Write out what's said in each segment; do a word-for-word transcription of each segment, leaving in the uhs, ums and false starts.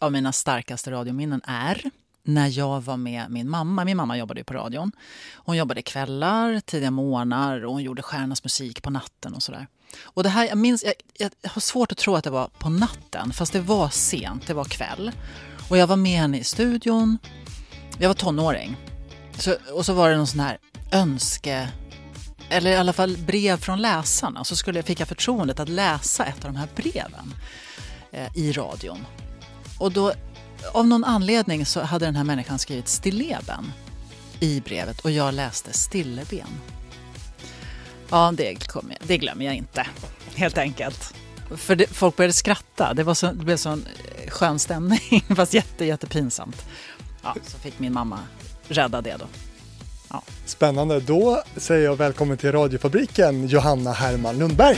av mina starkaste radiominnen är när jag var med min mamma. Min mamma jobbade ju på radion. Hon jobbade kvällar, tidiga morgnar och hon gjorde Stjärnas musik på natten och sådär. Och det här, jag minns, jag, jag har svårt att tro att det var på natten, fast det var sent, det var kväll. Och jag var med henne i studion. Jag var tonåring. Så, och så var det någon sån här önske, eller i alla fall brev från läsarna. Så skulle jag fick jag förtroendet att läsa ett av de här breven eh, i radion. Och då, av någon anledning så hade den här människan skrivit stilleben i brevet och jag läste stilleben. Ja, det, kom jag, det glömmer jag inte, helt enkelt. För det, folk började skratta, det, var så, det blev så en skön stämning, fast jätte, jättepinsamt. Ja, så fick min mamma rädda det då. Ja. Spännande, då säger jag välkommen till radiofabriken, Johanna Herman Lundberg.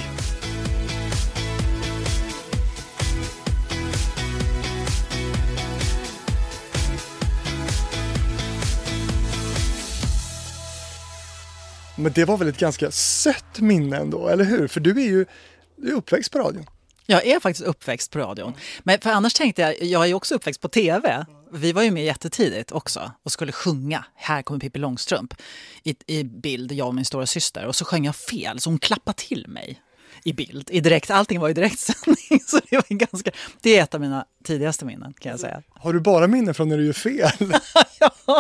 Men det var väl ett ganska sött minne ändå, eller hur? För du är ju du är uppväxt på radion. Jag är faktiskt uppväxt på radion. Men för annars tänkte jag, jag är ju också uppväxt på tv. Vi var ju med jättetidigt också och skulle sjunga. Här kommer Pippi Långstrump i, i bild, jag och min stora syster. Och så sjöng jag fel, så hon klappade till mig i bild. I direkt, allting var i direktsändning. Så det var ganska, det är ett av mina tidigaste minnen, kan jag säga. Har du bara minnen från när du gör fel? Ja,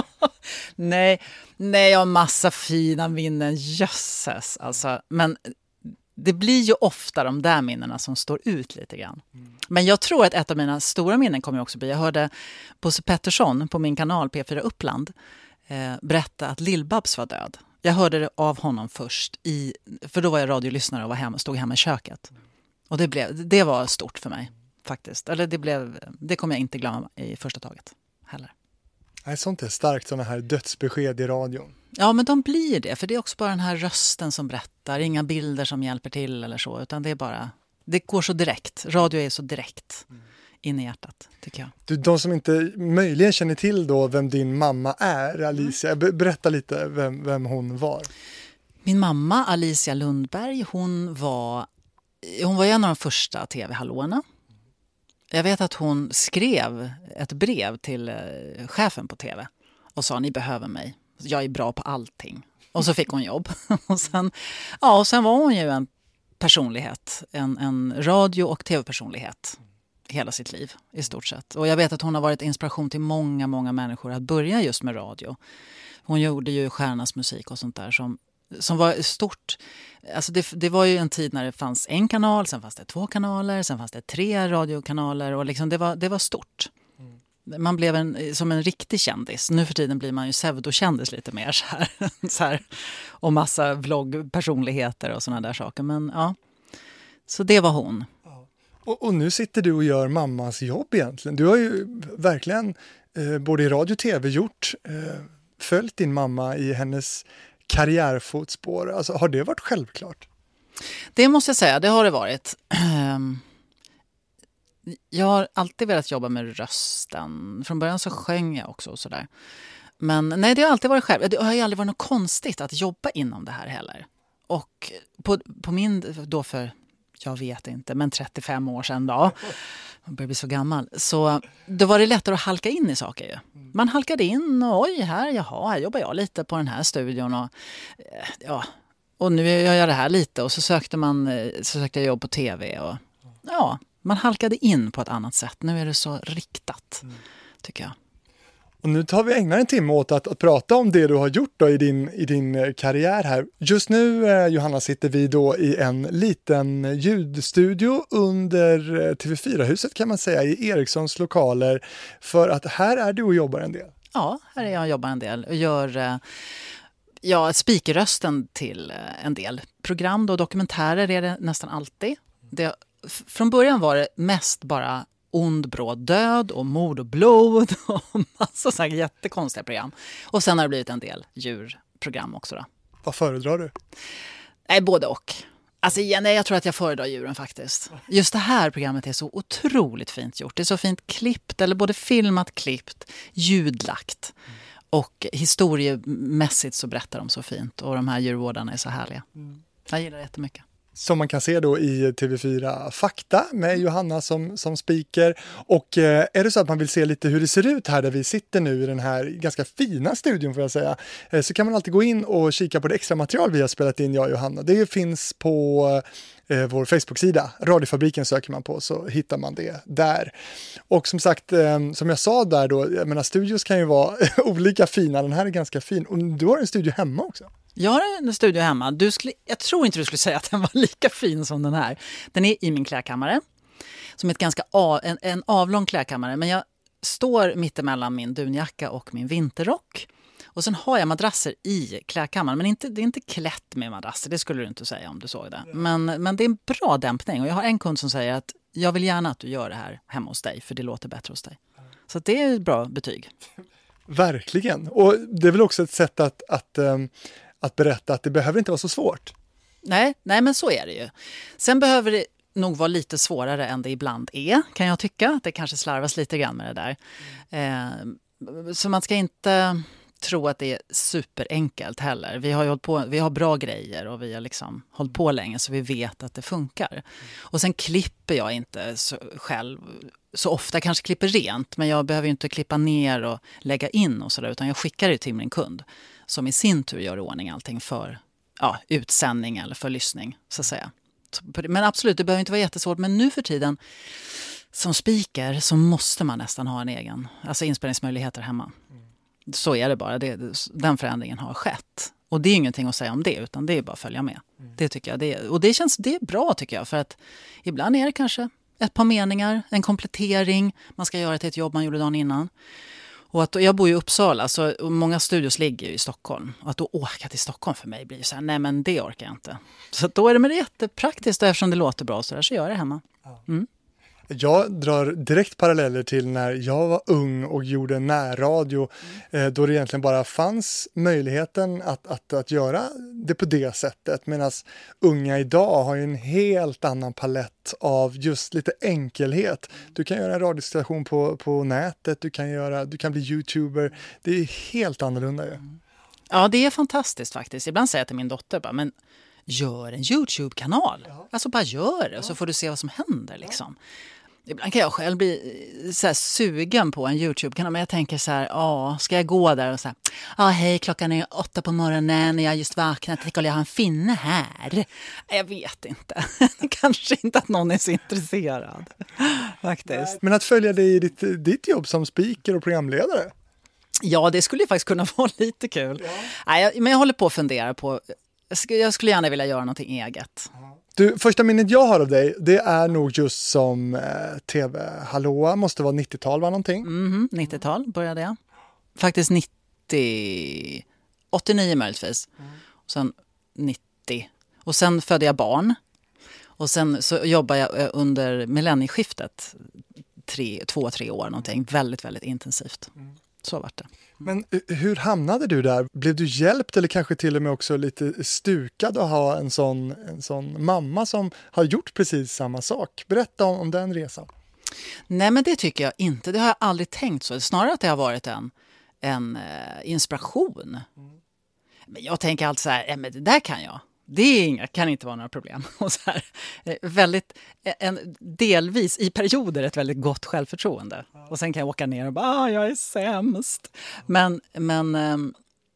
nej, nej, jag har massa fina minnen, jösses. Alltså, men det blir ju ofta de där minnena som står ut lite grann. Mm. Men jag tror att ett av mina stora minnen kommer också bli, jag hörde Bosse Pettersson på min kanal P fyra Uppland eh, berätta att Lill-Babs var död. Jag hörde det av honom först, i, för då var jag radiolyssnare och var hemma, stod hemma i köket. Och det, blev, det var stort för mig faktiskt. Eller det, blev, det kommer jag inte glömma i första taget heller. Nej, sånt är starkt, sådana här dödsbesked i radion. Ja, men de blir det. För det är också bara den här rösten som berättar. Inga bilder som hjälper till eller så. Utan det är bara, det går så direkt. Radio är så direkt in i hjärtat, tycker jag. Du, de som inte möjligen känner till då vem din mamma är, Alicia. Mm. Berätta lite vem, vem hon var. Min mamma, Alicia Lundberg, hon var, hon var en av de första tv-hallåerna. Jag vet att hon skrev ett brev till eh, chefen på tv och sa, ni behöver mig. Jag är bra på allting. Och så fick hon jobb. och, sen, ja, och sen var hon ju en personlighet. En, en radio- och tv-personlighet. Hela sitt liv i stort sett. Och jag vet att hon har varit inspiration till många, många människor att börja just med radio. Hon gjorde ju Stjärnas musik och sånt där som, som var stort. Alltså det, det var ju en tid när det fanns en kanal, sen fanns det två kanaler, sen fanns det tre radiokanaler och liksom det var, det var stort. Man blev en, som en riktig kändis. Nu för tiden blir man ju pseudokändis lite mer så här, så här. Och massa vloggpersonligheter och såna där saker. Men ja, så det var hon. Ja. Och, och nu sitter du och gör mammas jobb egentligen. Du har ju verkligen eh, både i radio och tv gjort, eh, följt din mamma i hennes karriärfotspår. Alltså, har det varit självklart? Det måste jag säga, det har det varit. Jag har alltid velat jobba med rösten. Från början så sjöng jag också och sådär. Men nej, det har alltid varit själv. Det har ju aldrig varit något konstigt att jobba inom det här heller. Och på, på min, då för, jag vet inte, men trettiofem år sedan då. Man börjar bli så gammal. Så då var det lättare att halka in i saker ju. Man halkade in och oj, här, jaha, här jobbar jag lite på den här studion. Och, ja, och nu gör jag det här lite. Och så sökte, man, så sökte jag jobb på tv och ja, man halkade in på ett annat sätt. Nu är det så riktat, mm. tycker jag. Och nu tar vi ägna en timme åt att, att prata om det du har gjort då i, din, i din karriär här. Just nu, eh, Johanna, sitter vi då i en liten ljudstudio under T V fyra-huset kan man säga, i Ericssons lokaler. För att här är du och jobbar en del. Ja, här är jag och jobbar en del. Och gör eh, ja, speakerrösten till en del program och dokumentärer är det nästan alltid. Det Från början var det mest bara ond, bråd, död och mord och blod och massa sådana jättekonstiga program. Och sen har det blivit en del djurprogram också då. Vad föredrar du? Nej, både och. Alltså, ja, nej, jag tror att jag föredrar djuren faktiskt. Just det här programmet är så otroligt fint gjort. Det är så fint klippt, eller både filmat, klippt, ljudlagt. Mm. Och historiemässigt så berättar de så fint. Och de här djurvårdarna är så härliga. Mm. Jag gillar det jättemycket. som man kan se då i T V fyra Fakta med Johanna som, som speaker. Och eh, är det så att man vill se lite hur det ser ut här där vi sitter nu i den här ganska fina studion får jag säga, eh, så kan man alltid gå in och kika på det extra material vi har spelat in, jag och Johanna. Det finns på eh, vår Facebook-sida, Radiofabriken söker man på, så hittar man det där. Och som sagt, eh, som jag sa där då, jag menar studios kan ju vara olika fina, den här är ganska fin. Och du har en studio hemma också. Jag har en studio hemma. Du skulle, jag tror inte du skulle säga att den var lika fin som den här. Den är i min klädkammare. Som är ett ganska av, en, en avlång klädkammare. Men jag står mittemellan min dunjacka och min vinterrock. Och sen har jag madrasser i klädkammaren. Men inte, det är inte klätt med madrasser. Det skulle du inte säga om du såg det. Men, men det är en bra dämpning. Och jag har en kund som säger att jag vill gärna att du gör det här hemma hos dig. För det låter bättre hos dig. Så det är ett bra betyg. Verkligen. Och det är väl också ett sätt att... att um... att berätta att det behöver inte vara så svårt. Nej, nej, men så är det ju. Sen behöver det nog vara lite svårare än det ibland är, kan jag tycka. Det kanske slarvas lite grann med det där. Mm. Eh, så man ska inte tro att det är superenkelt heller. Vi har ju hållit på, vi har bra grejer och vi har liksom hållit på länge så vi vet att det funkar. Mm. Och sen klipper jag inte så själv så ofta, kanske klipper rent, men jag behöver ju inte klippa ner och lägga in och sådär, utan jag skickar det till min kund som i sin tur gör i ordning allting för ja, utsändning eller för lyssning, så att säga. Men absolut, det behöver inte vara jättesvårt, men nu för tiden som speaker så måste man nästan ha en egen, alltså inspelningsmöjligheter hemma. Mm. Så är det bara, det, den förändringen har skett. Och det är ingenting att säga om det, utan det är bara att följa med. Mm. Det tycker jag, det, och det känns, det är bra tycker jag, för att ibland är det kanske ett par meningar, en komplettering, man ska göra till ett jobb man gjorde dagen innan. Och att, jag bor i Uppsala, så många studios ligger ju i Stockholm. Och att då åka till Stockholm för mig blir så här, nej men det orkar jag inte. Så då är det med det jättepraktiskt, och eftersom det låter bra så där så gör jag det hemma. Mm. Jag drar direkt paralleller till när jag var ung och gjorde närradio, mm. då det egentligen bara fanns möjligheten att, att, att göra det på det sättet. Medan unga idag har ju en helt annan palett av just lite enkelhet. Du kan göra en radiostation på, på nätet, du kan, göra, du kan bli YouTuber. Det är helt annorlunda ju. Mm. Ja, det är fantastiskt faktiskt. Ibland säger jag till min dotter bara, men gör en YouTube-kanal. Ja. Alltså bara gör det, och så får du se vad som händer liksom. Ja. Ibland kan jag själv bli så här sugen på en YouTube-kanal, men jag tänker så här, ja, ska jag gå där och så här, ja hej, klockan är åtta på morgonen och jag har just vaknat, tänk om jag har en finne här. Jag vet inte, kanske inte att någon är så intresserad faktiskt. Men att följa dig i ditt, ditt jobb som speaker och programledare? Ja, det skulle ju faktiskt kunna vara lite kul. Ja. Nej, jag, men jag håller på att fundera på, jag skulle gärna vilja göra någonting eget. Du, första minnet jag har av dig, det är nog just som eh, tv-hallåa, måste vara nittiotal var någonting. Mm-hmm, nittiotal började jag. Faktiskt nittio, åttionio möjligtvis. Mm. Och sen nittio. Och sen födde jag barn. Och sen så jobbade jag under millennieskiftet tre, två, tre år någonting. Väldigt, väldigt intensivt. Mm. Så var det. Men hur hamnade du där? Blev du hjälpt eller kanske till och med också lite stukad att ha en sån, en sån mamma som har gjort precis samma sak? Berätta om, om den resan. Nej, men det tycker jag inte. Det har jag aldrig tänkt så. Snarare att det har varit en, en eh, inspiration. Mm. Men jag tänker alltid så här, eh, men det där kan jag. Det är inga, kan inte vara några problem. Och så här, väldigt, en, delvis i perioder ett väldigt gott självförtroende. Och sen kan jag åka ner och bara, ah, jag är sämst. Men, men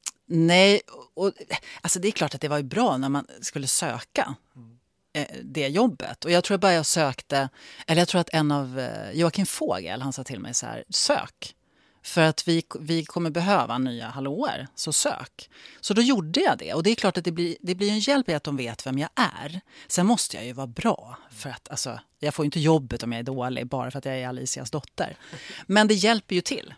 nej, och, alltså det är klart att det var ju bra när man skulle söka eh, det jobbet. Och jag tror bara jag sökte, eller jag tror att en av eh, Joakim Fågel, han sa till mig så här, sök. För att vi, vi kommer behöva nya hallåer, så sök. Så då gjorde jag det. Och det är klart att det blir, det blir en hjälp i att de vet vem jag är. Sen måste jag ju vara bra. För att alltså, jag får ju inte jobbet om jag är dålig bara för att jag är Alicias dotter. Men det hjälper ju till.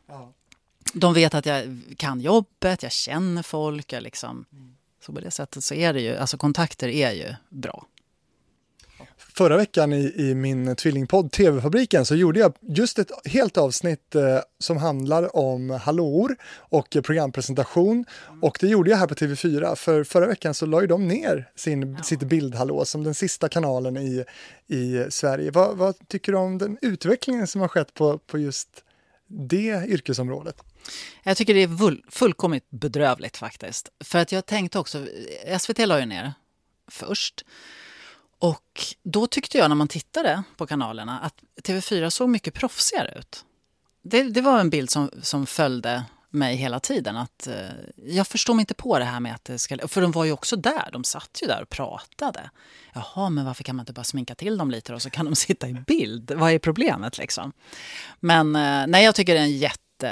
De vet att jag kan jobbet, jag känner folk. Jag liksom, så på det sättet så är det ju, alltså kontakter är ju bra. Förra veckan i, i min tvillingpodd T V-fabriken så gjorde jag just ett helt avsnitt eh, som handlar om hallåor och eh, programpresentation. Mm. Och det gjorde jag här på T V fyra. För förra veckan så la ju de ner sin, ja. sitt bildhallå som den sista kanalen i, i Sverige. Vad, vad tycker du om den utvecklingen som har skett på, på just det yrkesområdet? Jag tycker det är full, fullkomligt bedrövligt faktiskt. För att jag tänkte också, S V T la ju ner först. Och då tyckte jag när man tittade på kanalerna att T V fyra såg mycket proffsigare ut. Det, det var en bild som, som följde mig hela tiden. Att, eh, jag förstår mig inte på det här med att det ska... För de var ju också där, de satt ju där och pratade. Jaha, men varför kan man inte bara sminka till dem lite och så kan de sitta i bild? Vad är problemet liksom? Men eh, nej, jag tycker det är en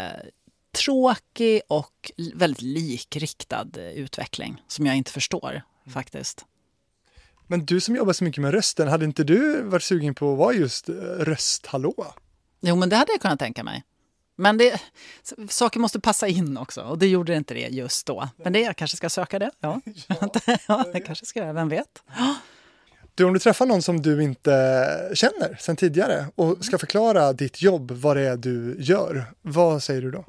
jättetråkig och väldigt likriktad utveckling som jag inte förstår faktiskt. Men du som jobbar så mycket med rösten, hade inte du varit sugen på att vara just rösthallå? Jo, men det hade jag kunnat tänka mig. Men det, saker måste passa in också. Och det gjorde inte det just då. Men det, jag kanske ska söka det. Ja, ja det kanske ska jag. Vem vet? Du, om du träffar någon som du inte känner sedan tidigare och ska förklara ditt jobb, vad det är du gör, vad säger du då?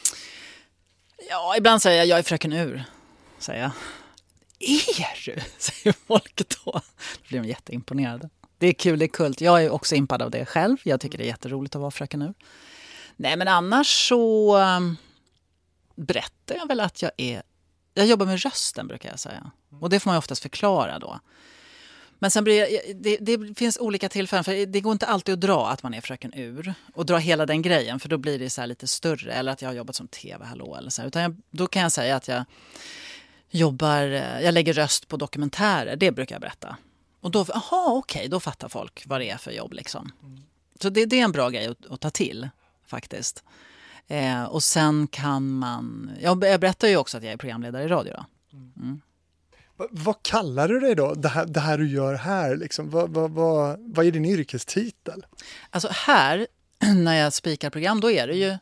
Ja, ibland säger jag, jag är fröken Ur, säger jag. Är du? Säger folk då. Då blir de jätteimponerade. Det är kul, det är kult. Jag är också impad av det själv. Jag tycker det är jätteroligt att vara fröken Ur. Nej, men annars så um, berättar jag väl att jag är... Jag jobbar med rösten, brukar jag säga. Och det får man ju oftast förklara då. Men sen blir det, det, det finns olika tillfällen, för det går inte alltid att dra att man är fröken Ur. Och dra hela den grejen, för då blir det så här lite större. Eller att jag har jobbat som tv-hallå eller så här. Utan jag, då kan jag säga att jag jobbar... Jag lägger röst på dokumentärer, det brukar jag berätta. Och då, aha, okej, okay, då fattar folk vad det är för jobb liksom. Så det, det är en bra grej att, att ta till, faktiskt. Eh, och sen kan man... Jag, jag berättar ju också att jag är programledare i radio då. Mm. V- vad kallar du dig då? Det här, det här du gör här, liksom. vad, vad, vad, vad är din yrkestitel? Alltså här, när jag spikar program, då är det ju...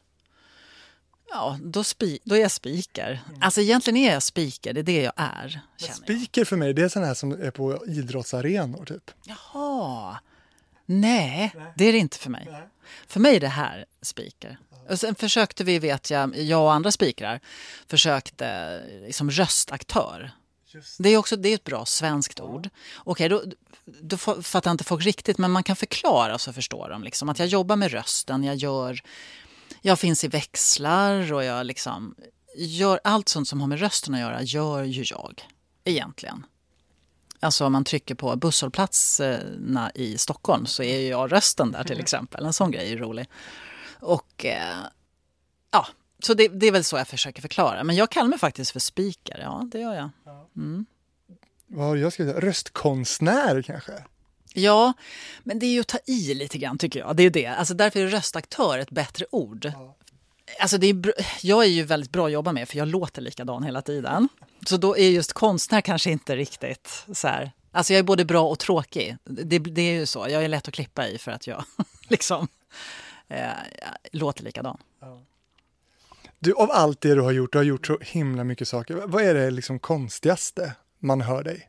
Ja, då, spi, då är jag speaker. Mm. Alltså egentligen är jag speaker, det är det jag är. Speaker för mig, det är sån här som är på idrottsarenor typ. Jaha. Nej, Nej, det är det inte för mig. Nej. För mig är det här speaker. Och sen försökte vi, vet jag, jag och andra speakrar försökte liksom röstaktör. Just. Det är också det är ett bra svenskt ja. ord. Okej, då, då fattar inte folk riktigt, men man kan förklara så förstår de liksom att jag jobbar med rösten, jag gör jag finns i växlar och jag liksom gör allt sånt som har med rösten att göra, gör ju jag egentligen. Alltså om man trycker på busshållplatserna i Stockholm så är ju jag rösten där till exempel. En sån grej är rolig. Och eh, ja, så det, det är väl så jag försöker förklara. Men jag kallar mig faktiskt för speaker, ja det gör jag. Mm. Vad jag ska säga, röstkonstnär kanske? Ja, men det är ju att ta i lite grann tycker jag. Det är ju det. Alltså därför är röstaktör ett bättre ord. Ja. Alltså det är br- jag är ju väldigt bra att jobba med för jag låter likadan hela tiden. Så då är just konstnär kanske inte riktigt så här. Alltså jag är både bra och tråkig. Det, det är ju så. Jag är lätt att klippa i för att jag liksom eh, låter likadan. Ja. Du, av allt det du har gjort, du har gjort så himla mycket saker. Vad är det liksom konstigaste man hör dig?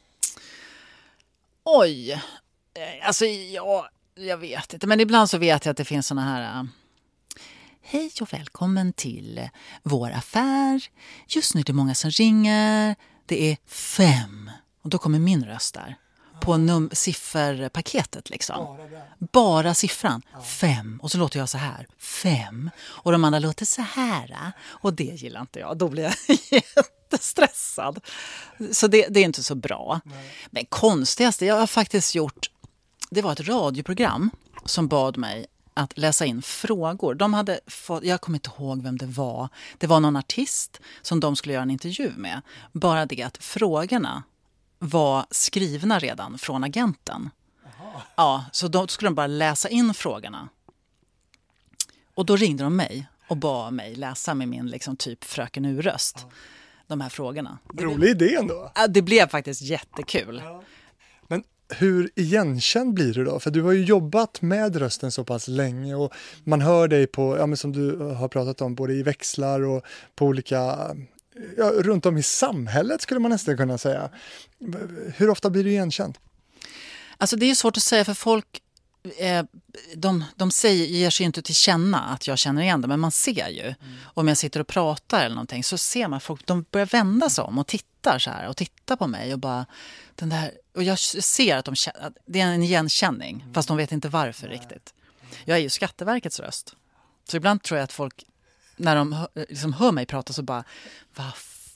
Oj, alltså ja, jag vet inte. Men ibland så vet jag att det finns såna här... Hej och välkommen till vår affär. Just nu är det många som ringer. Det är fem. Och då kommer min röst där. På num- sifferpaketet liksom. Bara, Bara siffran. Ja. Fem. Och så låter jag så här. Fem. Och de andra låter så här. Och det gillar inte jag. Då blir jag jättestressad. Så det, det är inte så bra. Nej. Men konstigaste jag har faktiskt gjort. Det var ett radioprogram som bad mig att läsa in frågor. De hade fått, jag kommer inte ihåg vem det var. Det var någon artist som de skulle göra en intervju med. Bara det att frågorna var skrivna redan från agenten. Aha. Ja, så då skulle de bara läsa in frågorna. Och då ringde de mig och bad mig läsa med min liksom typ fröken Ur-röst. Ja. De här frågorna. Rolig idé ändå. Ja, det blev faktiskt jättekul. Ja. Men hur igenkänd blir du då? För du har ju jobbat med rösten så pass länge och man hör dig på, ja, men som du har pratat om, både i växlar och på olika, ja, runt om i samhället skulle man nästan kunna säga. Hur ofta blir du igenkänd? Alltså det är ju svårt att säga för folk, eh, de, de säger, ger sig inte till känna att jag känner igen det, men man ser ju. Mm. Om jag sitter och pratar eller någonting så ser man folk, de börjar vända sig om och tittar så här och tittar på mig och bara den där, och jag ser att, de, att det är en igenkänning, mm. fast de vet inte varför mm. riktigt. Jag är ju Skatteverkets röst. Så ibland tror jag att folk, när de liksom hör mig prata så bara, vad fan,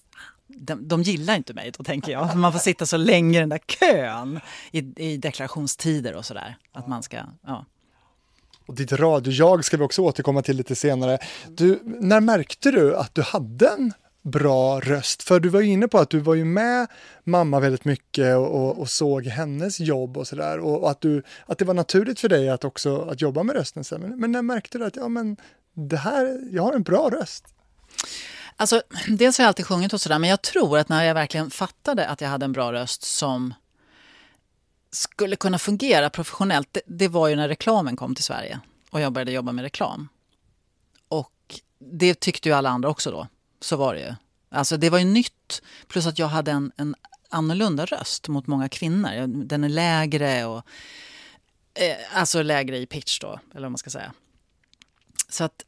de, de gillar inte mig då, tänker jag. För man får sitta så länge i den där kön i, i deklarationstider och sådär. Att man ska, ja. Och ditt radio-jag ska vi också återkomma till lite senare. Du, när märkte du att du hade en bra röst? För du var ju inne på att du var ju med mamma väldigt mycket och, och, och såg hennes jobb och sådär. Och, och att, du, att det var naturligt för dig att också att jobba med rösten sen. Men, men när märkte du att ja, men det här, jag har en bra röst? Alltså, dels har jag alltid sjungit och sådär, men jag tror att när jag verkligen fattade att jag hade en bra röst som skulle kunna fungera professionellt, det, det var ju när reklamen kom till Sverige och jag började jobba med reklam. Och det tyckte ju alla andra också då. Så var det ju. Alltså det var ju nytt, plus att jag hade en, en annorlunda röst mot många kvinnor. Den är lägre och eh, alltså lägre i pitch då, eller vad man ska säga. Så att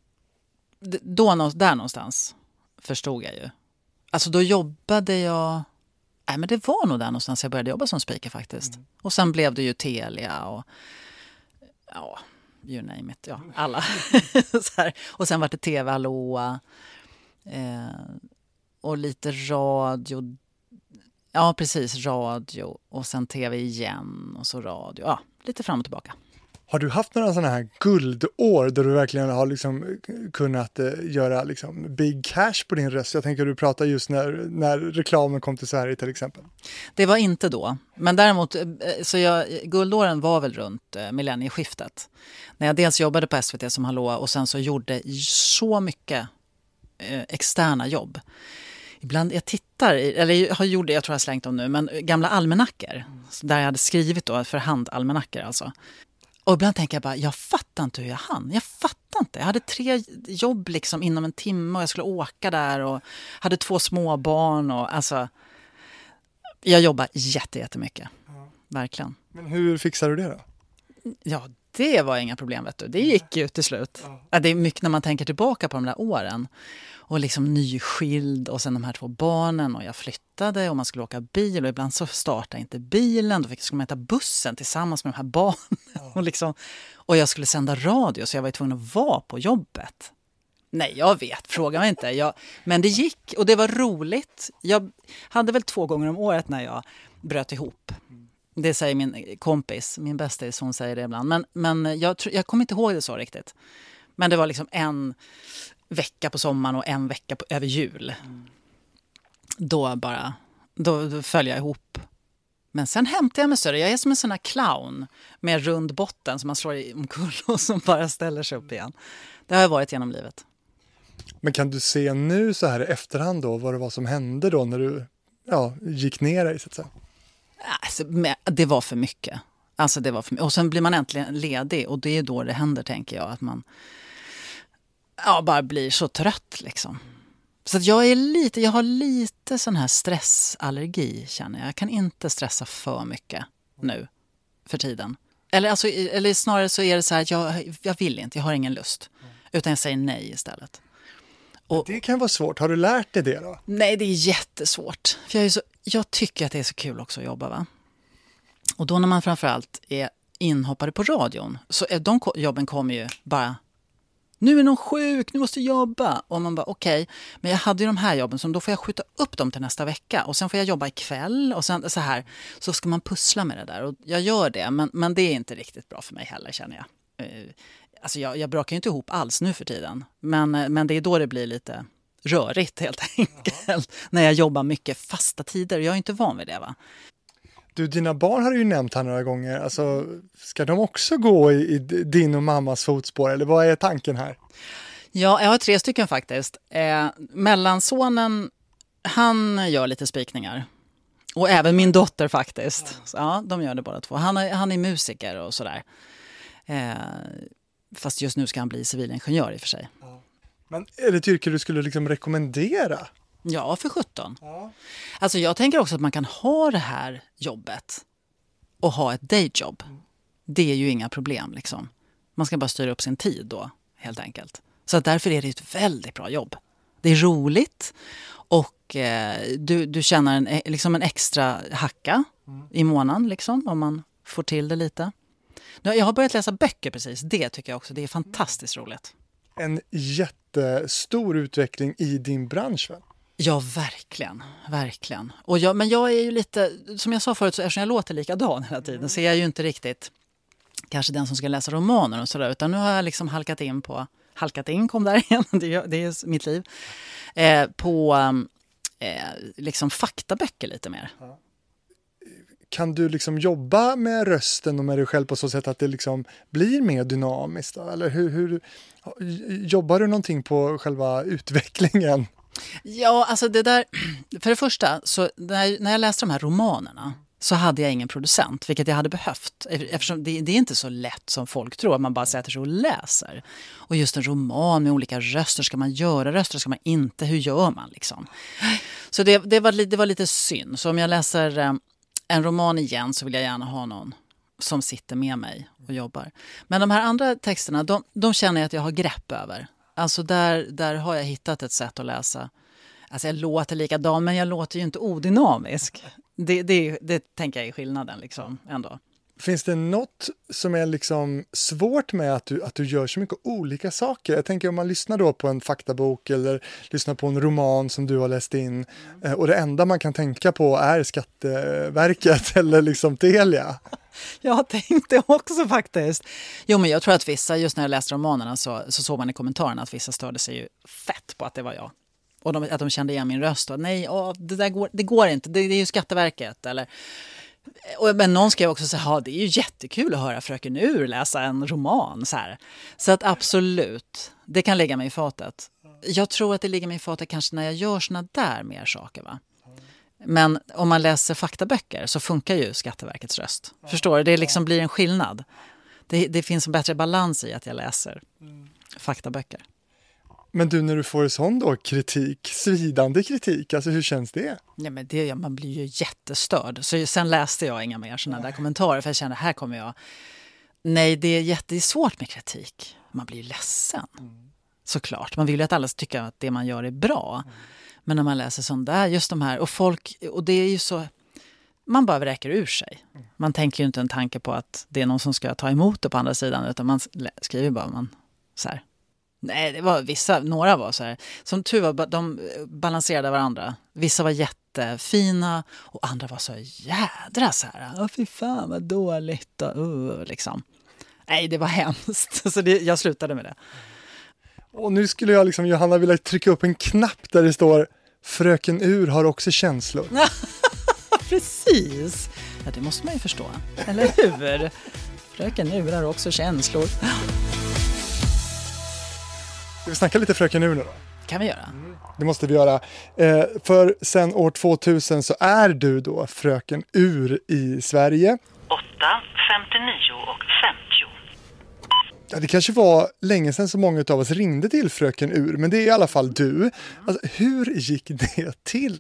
då, där någonstans förstod jag ju. Alltså då jobbade jag, nej men det var nog där någonstans jag började jobba som speaker faktiskt. Mm. Och sen blev det ju Telia och ja, you name it, ja, alla. Så här. Och sen var det T V Hallå. Eh, och lite radio, ja precis, radio och sen tv igen och så radio, ja, lite fram och tillbaka. Har du haft några sådana här guldår där du verkligen har liksom kunnat eh, göra liksom big cash på din röst? Jag tänker du pratar just när, när reklamen kom till Sverige till exempel. Det var inte då, men däremot så jag, guldåren var väl runt eh, millennieskiftet. När jag dels jobbade på S V T som Hallå och sen så gjorde så mycket externa jobb. Ibland jag tittar, eller jag har gjort det, jag tror jag har slängt dem nu, men gamla almanackor mm. där jag hade skrivit då för hand almanackor alltså. Och ibland tänker jag bara, jag fattar inte hur jag hann. Jag fattar inte. Jag hade tre jobb liksom inom en timme och jag skulle åka där och hade två små barn och alltså jag jobbar jätte, jättemycket. Ja. Verkligen. Men hur fixar du det då? Ja, det var inga problem, vet du. Det gick ju till slut. Ja. Det är mycket när man tänker tillbaka på de där åren. Och liksom nyskild och sen de här två barnen och jag flyttade och man skulle åka bil och ibland så startade inte bilen. Då fick jag skulle man ta bussen tillsammans med de här barnen. Ja. och, liksom, och jag skulle sända radio så jag var tvungen att vara på jobbet. Nej, jag vet. Fråga mig inte. Jag, men det gick och det var roligt. Jag hade väl två gånger om året när jag bröt ihop. Det säger min kompis, min bästis, hon säger det ibland. Men, men jag, jag kommer inte ihåg det så riktigt. Men det var liksom en vecka på sommaren och en vecka på, över jul. Mm. Då bara, då, då föll jag ihop. Men sen hämtade jag mig större. Jag är som en sån här clown med rund botten som man slår i omkull och som bara ställer sig upp igen. Det har jag varit genom livet. Men kan du se nu så här i efterhand då vad det var som hände då när du ja, gick ner dig så att säga? Alltså, det var för mycket. Alltså det var för mycket. Och sen blir man äntligen ledig och det är då det händer, tänker jag, att man ja, bara blir så trött liksom. Så att jag är lite, jag har lite sån här stressallergi, känner jag. Jag kan inte stressa för mycket nu för tiden. Eller, alltså, eller snarare så är det så här att jag, jag vill inte, jag har ingen lust. Utan jag säger nej istället. Och, det kan vara svårt. Har du lärt dig det då? Nej, det är jättesvårt. För jag, är så, jag tycker att det är så kul också att jobba, va? Och då när man framförallt är inhoppare på radion så är de jobben kommer ju bara nu är någon sjuk, nu måste jag jobba. Och man bara okej, okay, men jag hade ju de här jobben så då får jag skjuta upp dem till nästa vecka. Och sen får jag jobba ikväll och sen så här. Så ska man pussla med det där. Och jag gör det, men, men det är inte riktigt bra för mig heller, känner jag. Alltså jag, jag brakar ju inte ihop alls nu för tiden. Men, men det är då det blir lite rörigt helt enkelt. Jaha. När jag jobbar mycket fasta tider. Jag är inte van vid det, va? Du, dina barn har du ju nämnt här några gånger. Alltså, ska de också gå i, i din och mammas fotspår? Eller vad är tanken här? Ja, jag har tre stycken faktiskt. Eh, mellansonen, han gör lite spikningar. Och även min dotter faktiskt. Ja, så, ja de gör det båda två. Han är, han är musiker och sådär. Eh, fast just nu ska han bli civilingenjör i och för sig. Ja. Men är det ett yrke du skulle liksom rekommendera? Ja, för sjutton. Ja. Alltså jag tänker också att man kan ha det här jobbet och ha ett dayjob. Mm. Det är ju inga problem liksom. Man ska bara styra upp sin tid då, helt enkelt. Så att därför är det ett väldigt bra jobb. Det är roligt och eh, du, du känner en, liksom en extra hacka mm. i månaden liksom, om man får till det lite. Jag har börjat läsa böcker precis, det tycker jag också. Det är fantastiskt roligt. En jättestor utveckling i din bransch, va? Ja, verkligen. Verkligen. Och jag, men jag är ju lite, som jag sa förut, så eftersom jag låter likadan hela tiden så är jag ju inte riktigt kanske den som ska läsa romaner och sådär. Utan nu har jag liksom halkat in på, halkat in kom där igen, det är, det är mitt liv, eh, på eh, liksom faktaböcker lite mer. Ja. Kan du liksom jobba med rösten och med dig själv på så sätt att det liksom blir mer dynamiskt? Då? Eller hur, hur jobbar du någonting på själva utvecklingen? Ja, alltså det där, för det första, så när, när jag läste de här romanerna så hade jag ingen producent, vilket jag hade behövt. Eftersom det, det är inte så lätt som folk tror, att man bara sätter sig och läser. Och just en roman med olika röster, ska man göra röster, ska man inte, hur gör man liksom? Så det, det, var, det var lite synd. Så om jag läser en roman igen så vill jag gärna ha någon som sitter med mig och jobbar. Men de här andra texterna, de, de känner jag att jag har grepp över. Alltså där, där har jag hittat ett sätt att läsa. Alltså jag låter likadan, men jag låter ju inte odynamisk. Det, det, det tänker jag är skillnaden liksom ändå. Finns det något som är liksom svårt med att du, att du gör så mycket olika saker? Jag tänker om man lyssnar då på en faktabok eller lyssnar på en roman som du har läst in mm. och det enda man kan tänka på är Skatteverket eller liksom Telia. Jag har tänkt det också faktiskt. Jo, men jag tror att vissa, just när jag läste romanerna så, så såg man i kommentarerna att vissa störde sig ju fett på att det var jag. Och de, att de kände igen min röst. Och, nej, åh, det där går, det går inte. Det, det är ju Skatteverket. Eller, och, men någon skrev också så här, det är ju jättekul att höra Fröken Ur läsa en roman. Så, här. Så att absolut, det kan ligga mig i fatet. Jag tror att det ligger mig i fatet kanske när jag gör såna där mer saker, va? Men om man läser faktaböcker så funkar ju Skatteverkets röst. Förstår du? Det liksom blir en skillnad. Det, det finns en bättre balans i att jag läser faktaböcker. Men du, när du får sån då kritik, svidande kritik, alltså hur känns det? Ja, men det, ja, man blir ju jättestörd. Så sen läste jag inga mer sådana där kommentarer för jag kände, här kommer jag. Nej, det är jättesvårt med kritik. Man blir ju ledsen. Mm. Såklart. Man vill ju att alla tycker att det man gör är bra. Mm. Men när man läser sånt där, just de här, och folk, och det är ju så, man bara räcker ur sig. Man tänker ju inte en tanke på att det är någon som ska ta emot det på andra sidan, utan man skriver bara, man så här. Nej, det var vissa, några var så här, som tur var, de balanserade varandra. Vissa var jättefina och andra var så jädra så här, åh fy fan vad dåligt och uh, liksom. Nej, det var hemskt, så det, jag slutade med det. Och nu skulle jag liksom, Johanna, vilja trycka upp en knapp där det står Fröken Ur har också känslor. Precis. Ja, det måste man ju förstå. Eller hur? Fröken Ur har också känslor. Ska vi snacka lite Fröken Ur nu då? Kan vi göra. Mm, det måste vi göra. Eh, för sen år tvåtusen så är du då Fröken Ur i Sverige. åtta, femtionio och femtio. Ja, det kanske var länge sedan så många av oss ringde till Fröken Ur, men det är i alla fall du. Alltså, hur gick det till?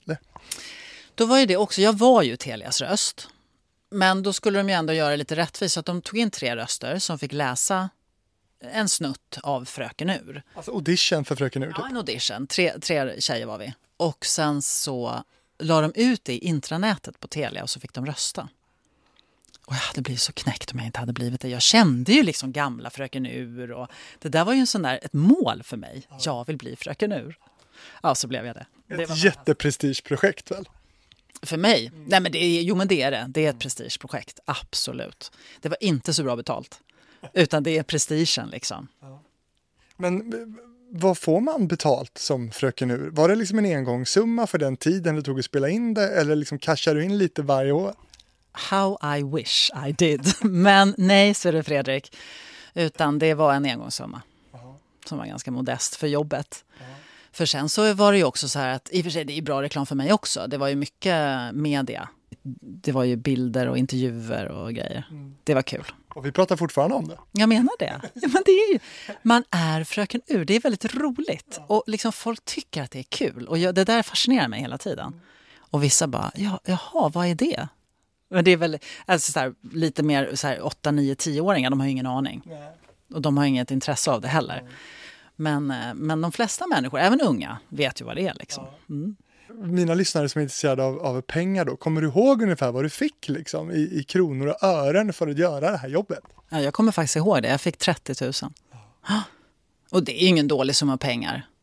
Då var ju det också, jag var ju Telias röst. Men då skulle de ju ändå göra lite rättvist så att de tog in tre röster som fick läsa en snutt av Fröken Ur. Alltså audition för Fröken Ur? Typ. Ja, en audition. Tre, tre tjejer var vi. Och sen så la de ut det i intranätet på Telia och så fick de rösta. Och jag hade blivit så knäckt om jag inte hade blivit det. Jag kände ju liksom gamla Fröken Ur och det där var ju en sån där, ett mål för mig. Jag vill bli Fröken Ur. Ja, så blev jag det. Ett det var jätteprestigeprojekt väl? För mig? Mm. Nej, men det är, jo men det är det. Det är ett prestigeprojekt, absolut. Det var inte så bra betalt. Utan det är prestigen liksom. Ja. Men vad får man betalt som Fröken Ur? Var det liksom en engångssumma för den tiden det tog att spela in det? Eller liksom cashar du in lite varje år? How I wish I did. Men nej, så är det Fredrik. Utan det var en engångssumma. Aha. Som var ganska modest för jobbet. Aha. För sen så var det ju också så här att, i och för sig det är bra reklam för mig också. Det var ju mycket media. Det var ju bilder och intervjuer och grejer. Mm. Det var kul. Och vi pratar fortfarande om det. Jag menar det. Ja, men det är ju, man är Fröken Ur. Det är väldigt roligt. Ja. Och liksom folk tycker att det är kul. Och jag, det där fascinerar mig hela tiden. Mm. Och vissa bara, ja, jaha, vad är det? Men det är väl alltså så här, lite mer så här, åtta, nio, tio-åringar. De har ju ingen aning. Nej. Och de har inget intresse av det heller. Mm. Men, men de flesta människor, även unga, vet ju vad det är. Liksom. Mm. Mina lyssnare som är intresserade av, av pengar då, kommer du ihåg ungefär vad du fick liksom, i, i kronor och ören för att göra det här jobbet? Ja, jag kommer faktiskt ihåg det. Jag fick trettio tusen. Ja. Och det är ju ingen dålig summa pengar.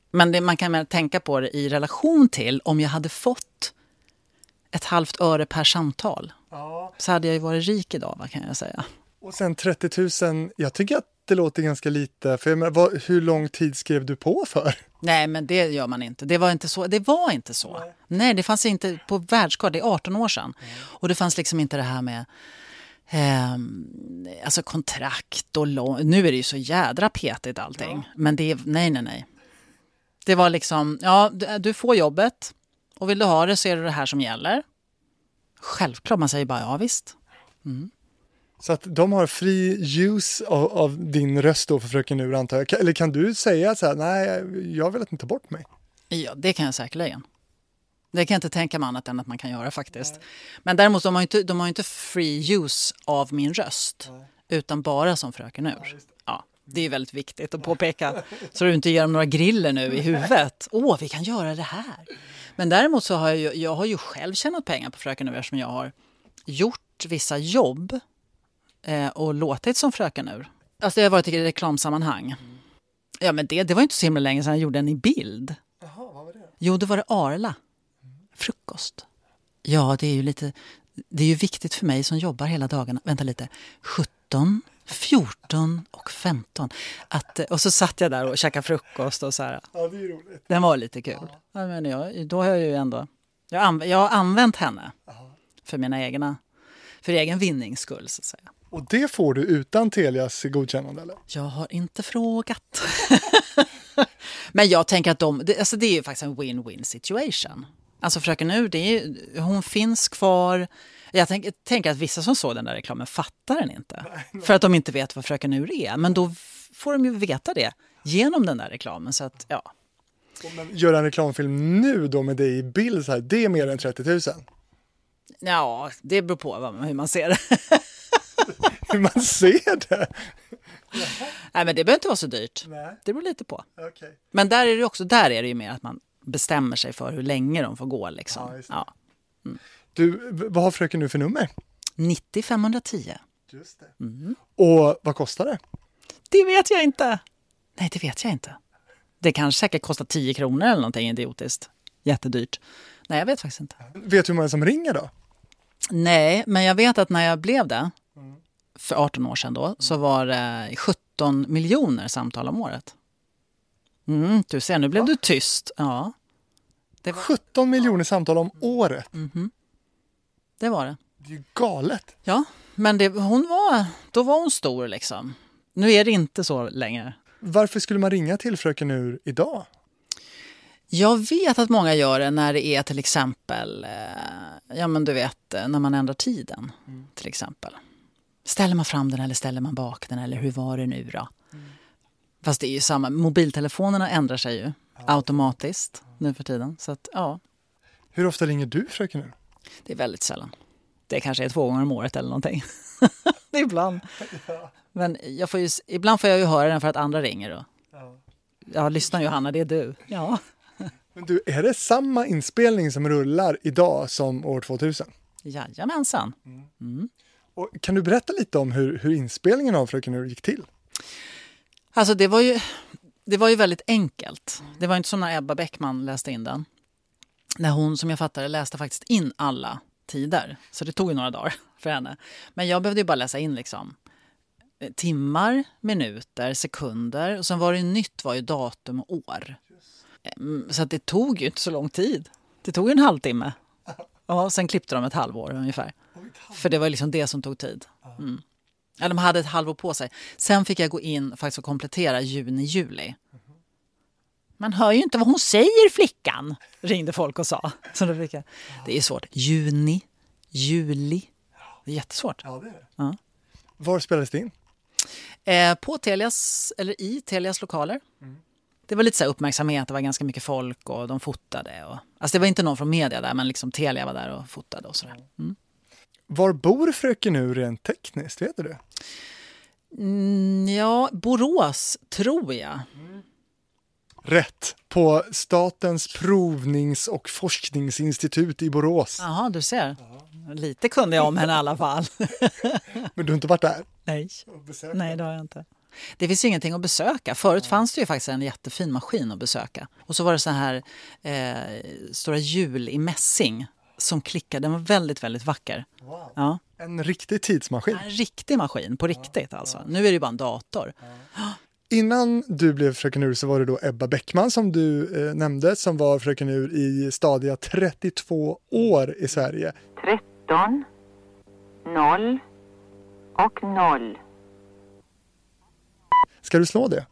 Men det, man kan väl tänka på det i relation till om jag hade fått ett halvt öre per samtal. Ja. Så hade jag ju varit rik idag, vad kan jag säga. Och sen trettio tusen, jag tycker att det låter ganska lite. För jag menar, vad, hur lång tid skrev du på för? Nej, men det gör man inte. Det var inte så. Det var inte så. Nej, Nej det fanns inte på världskartan. Det är arton år sedan. Mm. Och det fanns liksom inte det här med eh, alltså kontrakt och lån. Nu är det ju så jädra petigt allting. Ja. Men det är, nej, nej, nej. Det var liksom, ja, du, du får jobbet. Och vill du ha det så är det det här som gäller. Självklart, man säger bara ja visst. Mm. Så att de har fri use av, av din röst då för Fröken Ur, antar jag. Eller kan du säga så här, nej, jag vill inte ta bort mig? Ja, det kan jag säkerligen. Det kan jag inte tänka mig annat än att man kan göra faktiskt. Nej. Men däremot, de har ju inte, de har inte free use av min röst. Nej. Utan bara som Fröken Ur. Ja, det. Ja, det är väldigt viktigt att påpeka. Så du inte ger dem några griller nu i huvudet. Åh, oh, vi kan göra det här. Men däremot så har jag ju, jag har ju själv tjänat pengar på Fröken Ur eftersom jag har gjort vissa jobb och låtit som Fröken Ur. Alltså det har varit i reklamsammanhang. Mm. Ja, men det, det var inte så himla länge sedan jag gjorde den i bild. Jaha, vad var det? Jo, det var det Arla. Mm. Frukost. Ja, det är ju lite... Det är ju viktigt för mig som jobbar hela dagarna. Vänta lite. sjutton, fjorton och femton. Att, och så satt jag där och käkade frukost och så här. Ja, det är roligt. Den var lite kul. Ja. Ja, men jag, då har jag ju ändå... Jag, anv- jag har använt henne. Aha. För mina egna... För egen vinnings skull, så att säga. Och det får du utan Telias godkännande, eller? Jag har inte frågat. Men jag tänker att de, det, alltså det är ju faktiskt en win-win situation. Alltså Fröken Ur, det är, hon finns kvar. Jag tänk, tänker att vissa som såg den där reklamen fattar den inte. Nej, nej. För att de inte vet vad Fröken Ur är. Men då får de ju veta det genom den där reklamen. Så att, ja. Men gör en reklamfilm nu då med dig i bild så här, det är mer än trettio tusen? Ja, det beror på hur man ser det. Hur man ser det? Nej, men det behöver inte vara så dyrt. Nej. Det beror lite på. Okay. Men där är det också, där är det ju mer att man bestämmer sig för hur länge de får gå. Liksom. Ja, ja. Mm. Du, vad har Fröken nu för nummer? nittio femhundratio. Just det. Mm. Och vad kostar det? Det vet jag inte. Nej, det vet jag inte. Det kanske säkert kostar tio kronor eller någonting idiotiskt. Jättedyrt. Nej, jag vet faktiskt inte. Vet du hur många som ringer då? Nej, men jag vet att när jag blev det för arton år sedan då, så var det sjutton miljoner samtal om året. Mm, du ser, nu blev Va? du tyst. Ja. Det var... sjutton miljoner samtal om året? Mm-hmm. Det var det. Det är ju galet. Ja, men det, hon var, då var hon stor liksom. Nu är det inte så längre. Varför skulle man ringa till Fröken Ur idag? Jag vet att många gör det när det är till exempel, eh, ja men du vet, när man ändrar tiden mm. till exempel. Ställer man fram den eller ställer man bak den eller hur var det nu då? Mm. Fast det är ju samma, mobiltelefonerna ändrar sig ju ja. automatiskt ja. nu för tiden. Så att, ja. Hur ofta ringer du Fröken Ur? Det är väldigt sällan. Det kanske är två gånger om året eller någonting. Det är ibland. Ja. Men jag får ju, ibland får jag ju höra den för att andra ringer då. Ja, ja lyssna Johanna, det är du. Ja. Men du, är det samma inspelning som rullar idag som år tvåtusen? Jajamensan. Mm. Mm. Och kan du berätta lite om hur, hur inspelningen av Fröken Ur gick till? Alltså det var ju, det var ju väldigt enkelt. Det var inte som när Ebba Bäckman läste in den. När hon, som jag fattade, läste faktiskt in alla tider. Så det tog ju några dagar för henne. Men jag behövde ju bara läsa in liksom timmar, minuter, sekunder. Och sen var det nytt var ju datum och år. Så att det tog ju inte så lång tid. Det tog ju en halvtimme. Och sen klippte de ett halvår ungefär. För det var liksom det som tog tid. Mm. Ja, de hade ett halvår på sig. Sen fick jag gå in faktiskt och komplettera juni-juli. Man hör ju inte vad hon säger, flickan, ringde folk och sa. Så då fick jag, det är svårt. Juni, juli. Det är jättesvårt. Ja, det är det. Ja. Var spelades det in? Eh, på Telias, eller i Telias lokaler. Mm. Det var lite så här uppmärksamhet, det var ganska mycket folk och de fotade. Och, alltså det var inte någon från media där, men liksom Telia var där och fotade och sådär. Mm. Var bor Fröken Ur rent tekniskt, vet du det? Mm, ja, Borås tror jag. Mm. Rätt, på Statens provnings- och forskningsinstitut i Borås. Jaha, du ser. Ja. Lite kunde jag om henne i alla fall. Men du har inte varit där? Nej, Nej det har jag inte. Det finns ingenting att besöka. Förut ja. fanns det ju faktiskt en jättefin maskin att besöka. Och så var det så här eh, stora hjul i mässing som klickade. Den var väldigt, väldigt vacker. Wow. Ja. En riktig tidsmaskin. En riktig maskin, på riktigt ja. alltså. Nu är det ju bara en dator. Ja. Innan du blev Fröken Ur så var det då Ebba Bäckman som du eh, nämnde, som var Fröken Ur i stadiga trettiotvå år i Sverige. tretton, noll och noll. Ska du slå det?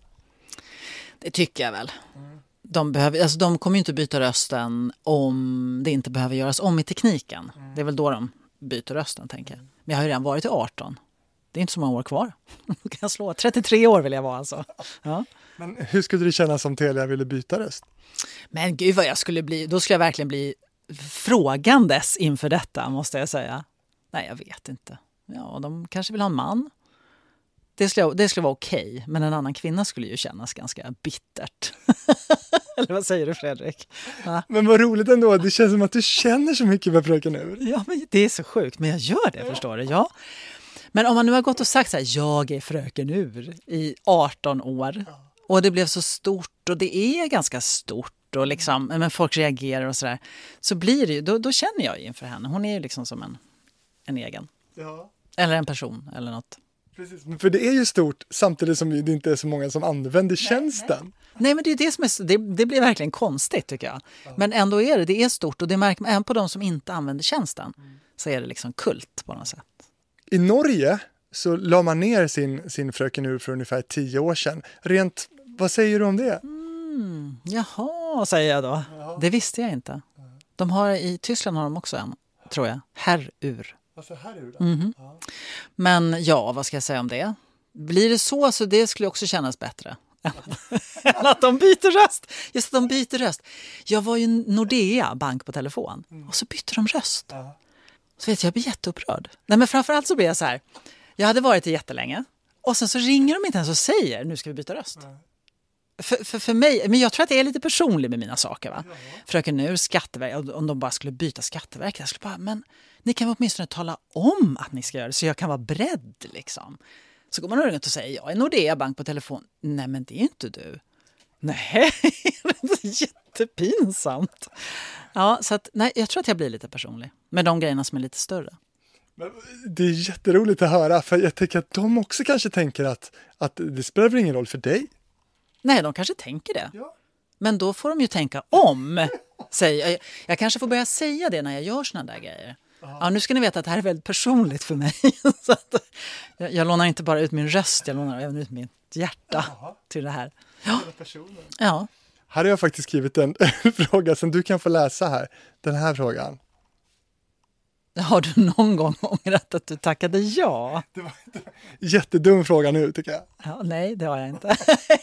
Det tycker jag väl. De, behöver, alltså de kommer ju inte byta rösten om det inte behöver göras om i tekniken. Det är väl då de byter rösten, tänker jag. Men jag har ju redan varit i arton. Det är inte så många år kvar. Då kan jag slå. trettiotre år vill jag vara alltså. Ja. Men hur skulle det kännas om Telia ville byta röst? Men gud vad jag skulle bli. Då skulle jag verkligen bli frågandes inför detta, måste jag säga. Nej, jag vet inte. Ja, de kanske vill ha en man. Det skulle, det skulle vara okej, men en annan kvinna skulle ju kännas ganska bittert. Eller vad säger du, Fredrik? Ja. Men vad roligt ändå, det känns som att du känner så mycket med Fröken Ur. Ja, men det är så sjukt, men jag gör det, förstår du? Ja. Men om man nu har gått och sagt så här, jag är Fröken Ur i arton år och det blev så stort och det är ganska stort och liksom, men folk reagerar och sådär, så blir det ju, då, då känner jag ju inför henne. Hon är ju liksom som en, en egen. Ja. Eller en person eller något. Precis, för det är ju stort samtidigt som det inte är så många som använder tjänsten. Nej, nej men det är det som är, det, det blir verkligen konstigt tycker jag. Ja. Men ändå är det, det är stort och det märker man även på de som inte använder tjänsten. Mm. Så är det liksom kult på något sätt. I Norge så la man ner sin, sin Fröken Ur för ungefär tio år sedan. Rent, vad säger du om det? Mm, jaha, säger jag då. Jaha. Det visste jag inte. De har, i Tyskland har de också en, tror jag, Herr Ur. Varför Herr Ur då? Mm-hmm. Ja. Men ja, vad ska jag säga om det? Blir det så, så det skulle också kännas bättre. Än att de byter röst. Just att de byter röst. Jag var ju Nordea bank på telefon. Mm. Och så bytte de röst. Ja. Så vet jag, jag blir jätteupprörd. Nej, men framförallt så blir jag så här. Jag hade varit det jättelänge. Och sen så ringer de inte ens och säger, nu ska vi byta röst. Mm. För, för, för mig, men jag tror att det är lite personligt med mina saker, va? Ja. Fröken Ur, Skatteverket, om de bara skulle byta Skatteverket. Jag skulle bara, men ni kan väl åtminstone tala om att ni ska göra det så jag kan vara beredd liksom. Så går man runt och säger, jag är Nordea bank på telefon. Nej, men det är inte du. Nej, det är jättepinsamt. Ja, så att, nej, jag tror att jag blir lite personlig. Med de grejerna som är lite större. Men det är jätteroligt att höra, för jag tänker att de också kanske tänker att, att det spelar ingen roll för dig. Nej, de kanske tänker det. Ja. Men då får de ju tänka om. Säg, jag, jag kanske får börja säga det när jag gör såna där grejer. Ja, nu ska ni veta att det här är väldigt personligt för mig. Så att jag, jag lånar inte bara ut min röst, jag lånar även ut mitt hjärta Aha. till det här. Ja. Ja. Här har jag faktiskt skrivit en fråga som du kan få läsa här. Den här frågan. Har du någon gång ångrat att du tackade ja? Det var en jättedum fråga nu, tycker jag. Ja, nej, det har jag inte.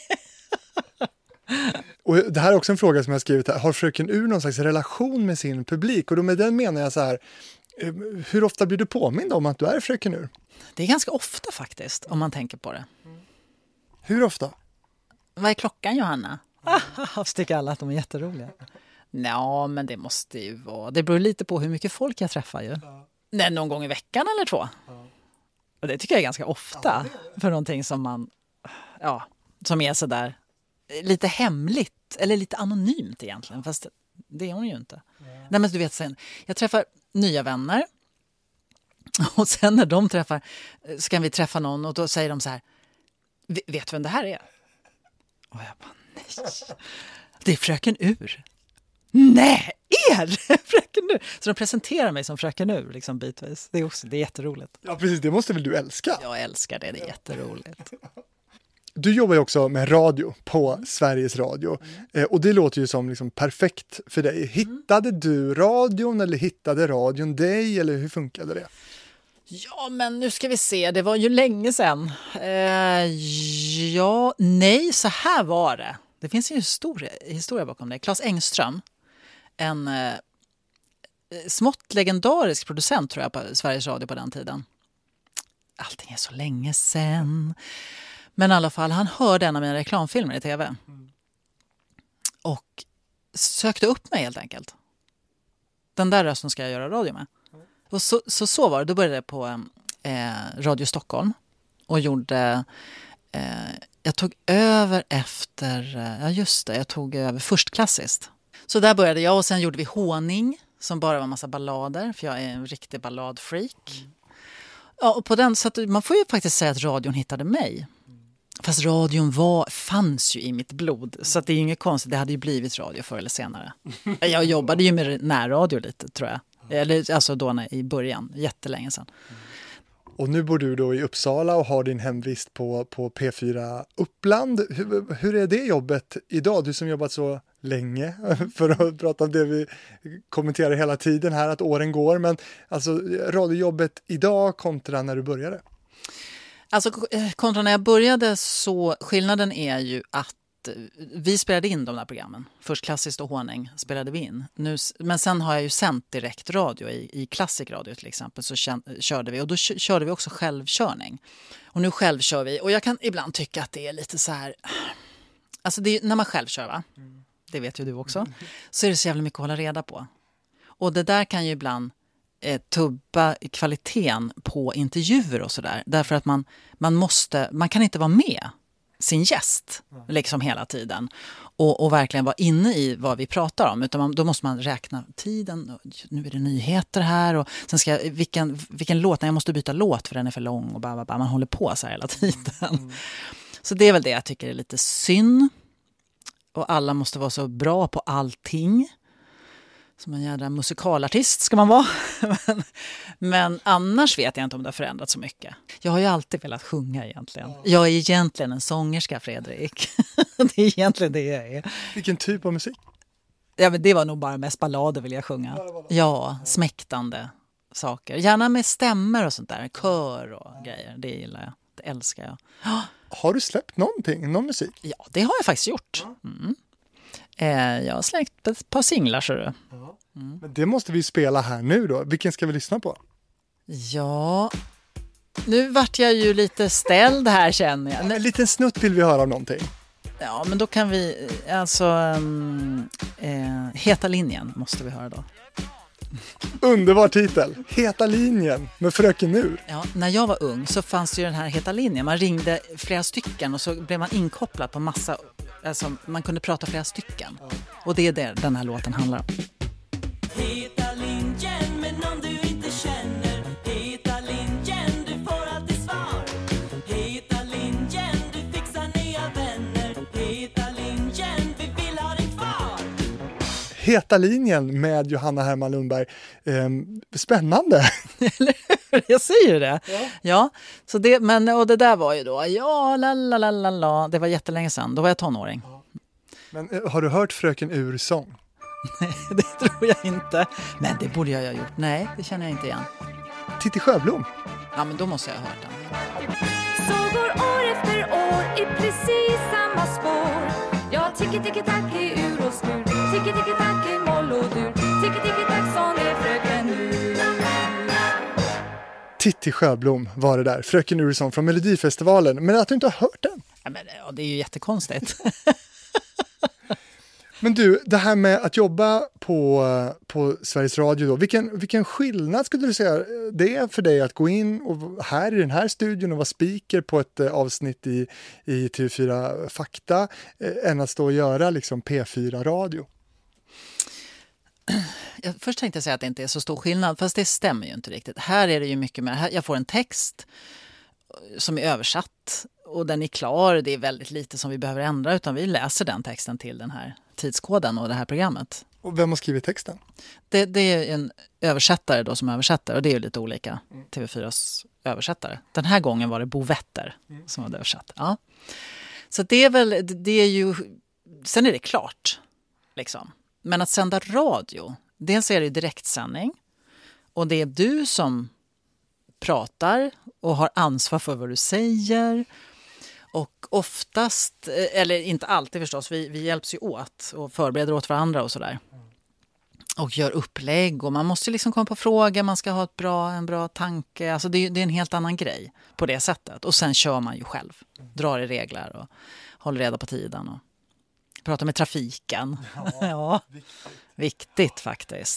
Och det här är också en fråga som jag har skrivit här. Har Fröken Ur någon slags relation med sin publik? Och då med den menar jag så här, hur ofta blir du påmind om att du är Fröken Ur? Det är ganska ofta faktiskt, om man tänker på det. Hur ofta? Vad är klockan, Johanna? Mm. Tycker alla att de är jätteroliga. Ja, men det måste ju vara. Det beror lite på hur mycket folk jag träffar ju. Ja. Nej, någon gång i veckan eller två. Ja. Och det tycker jag är ganska ofta. Ja, det är. För någonting som man, ja, som är så där lite hemligt eller lite anonymt egentligen. Fast det är hon ju inte. Ja. Nej, men du vet sen, jag träffar nya vänner. Och sen när de träffar, så kan vi träffa någon och då säger de så här, vet du vem det här är? Och jag bara, nej. Det är Fröken Ur. Nej, er! Fröken Ur. Så de presenterar mig som Fröken Ur liksom bitvis. Det är också, det är jätteroligt. Ja, precis. Det måste väl du älska? Jag älskar det, det är jätteroligt. Du jobbar ju också med radio på mm. Sveriges Radio. Mm. Eh, och det låter ju som liksom perfekt för dig. Hittade mm. du radion eller hittade radion dig? Eller hur funkade det? Ja, men nu ska vi se. Det var ju länge sedan. Eh, ja, nej, så här var det. Det finns en historia, historia bakom det. Claes Engström, en eh, smått legendarisk producent tror jag på Sveriges Radio på den tiden. Allting är så länge sedan. Men i alla fall, han hörde en av mina reklamfilmer i tv. Mm. Och sökte upp mig helt enkelt. Den där rösten ska jag göra radio med. Mm. Och så, så, så var det. Då började jag på eh, Radio Stockholm. Och gjorde Eh, jag tog över efter, ja just det, jag tog över förstklassiskt. Så där började jag och sen gjorde vi Honung som bara var en massa ballader, för jag är en riktig balladfreak. Mm. Ja, och på den, så att man får ju faktiskt säga att radion hittade mig. Fast radion var, fanns ju i mitt blod. Så att det är ju inget konstigt, det hade ju blivit radio förr eller senare. Jag jobbade ju med närradio lite, tror jag. Eller alltså då när, i början, jättelänge sedan. Och nu bor du då i Uppsala och har din hemvist på, på P fyra Uppland. Hur, hur är det jobbet idag? Du som jobbat så länge, för att prata om det vi kommenterar hela tiden här, att åren går. Men alltså radiojobbet idag kontra när du började? Alltså kontra när jag började, så skillnaden är ju att vi spelade in de där programmen. Först Klassiskt och Honung spelade vi in. Nu, men sen har jag ju sänt direkt radio i, i klassikradio till exempel, så kän, körde vi. Och då körde vi också självkörning. Och nu självkör vi. Och jag kan ibland tycka att det är lite så här... Alltså det är, när man själv kör, va? Det vet ju du också. Så är det så jävla mycket att hålla reda på. Och det där kan ju ibland eh, tubba kvaliteten på intervjuer och sådär. Därför att man, man måste... Man kan inte vara med sin gäst liksom hela tiden och, och verkligen vara inne i vad vi pratar om, utan man, då måste man räkna tiden. Nu är det nyheter här och sen ska jag, vilken, vilken låt, jag måste byta låt för den är för lång och bara, bara man håller på så här hela tiden. Mm. Så det är väl det jag tycker är lite synd, och alla måste vara så bra på allting. Som en jävla musikalartist ska man vara. men, men annars vet jag inte om det har förändrats så mycket. Jag har ju alltid velat sjunga egentligen. Ja. Jag är egentligen en sångerska, Fredrik. Det är egentligen det jag är. Vilken typ av musik? Ja, men det var nog bara mest ballader vill jag sjunga. Ja, ja, smäktande saker. Gärna med stämmer och sånt där. Kör och ja. grejer. Det gillar jag. Det älskar jag. Har du släppt någonting? Någon musik? Ja, det har jag faktiskt gjort. Mm. Jag har släppt ett par singlar, så du. Mm. Men det måste vi spela här nu då. Vilken ska vi lyssna på? Ja, nu vart jag ju lite ställd här, känner jag. Ja, en liten snutt vill vi höra av någonting. Ja, men då kan vi, alltså, um, eh, Heta linjen måste vi höra då. Underbar titel, Heta linjen med Fröken Ur. Ja, när jag var ung så fanns ju den här Heta linjen. Man ringde flera stycken och så blev man inkopplad på massa, alltså man kunde prata flera stycken. Ja. Och det är det den här låten handlar om. Heta linjen, men om du inte känner Heta linjen, du får alltid svar. Heta linjen, du fixar nya vänner. Heta linjen, vi vill ha dig kvar. Heta linjen med Johanna Herman Lundberg. Ehm, spännande. Eller hur? Jag säger det. Ja. ja så det, men, och det där var ju då, ja, la, la, la, la, la. Det var jättelänge sedan. Då var jag tonåring. Ja. Men har du hört Fröken Ur sång? Nej, det tror jag inte. Men det borde jag ha gjort. Nej, det känner jag inte igen. Titti Sjöblom. Ja, men då måste jag ha hört den. Så går år efter år i precis samma spår. Ja, ticke ticke tack i ur och skur. Ticke ticke tack i moll och dur. Ticke ticke tack sån är Fröken Ur. Titti Sjöblom var det där. Fröken Ur sång från Melodifestivalen. Men att du inte har hört den? Ja, men, ja, det är ju jättekonstigt. Men du, det här med att jobba på, på Sveriges Radio då, vilken, vilken skillnad skulle du säga det är för dig att gå in och här i den här studion och vara speaker på ett eh, avsnitt i, i T V fyra Fakta eh, än att stå och göra liksom P fyra Radio? Jag först tänkte jag säga att det inte är så stor skillnad, fast det stämmer ju inte riktigt. Här är det ju mycket mer, jag får en text som är översatt och den är klar, det är väldigt lite som vi behöver ändra, utan vi läser den texten till den här tidskoden och det här programmet. Och vem har skrivit texten? Det, det är en översättare då som översätter, och det är ju lite olika mm. T V fyras översättare. Den här gången var det Bo Wetter mm. som var översatt. Ja. Så det är väl, det är ju, sen är det klart liksom. Men att sända radio, dels är det direktsändning och det är du som pratar och har ansvar för vad du säger. Och oftast, eller inte alltid förstås, vi, vi hjälps ju åt och förbereder åt varandra och sådär. Och gör upplägg och man måste liksom komma på frågor, man ska ha ett bra, en bra tanke. Alltså det, det är en helt annan grej på det sättet. Och sen kör man ju själv, drar i regler och håller reda på tiden och pratar med trafiken. Ja, ja. Viktigt. viktigt faktiskt.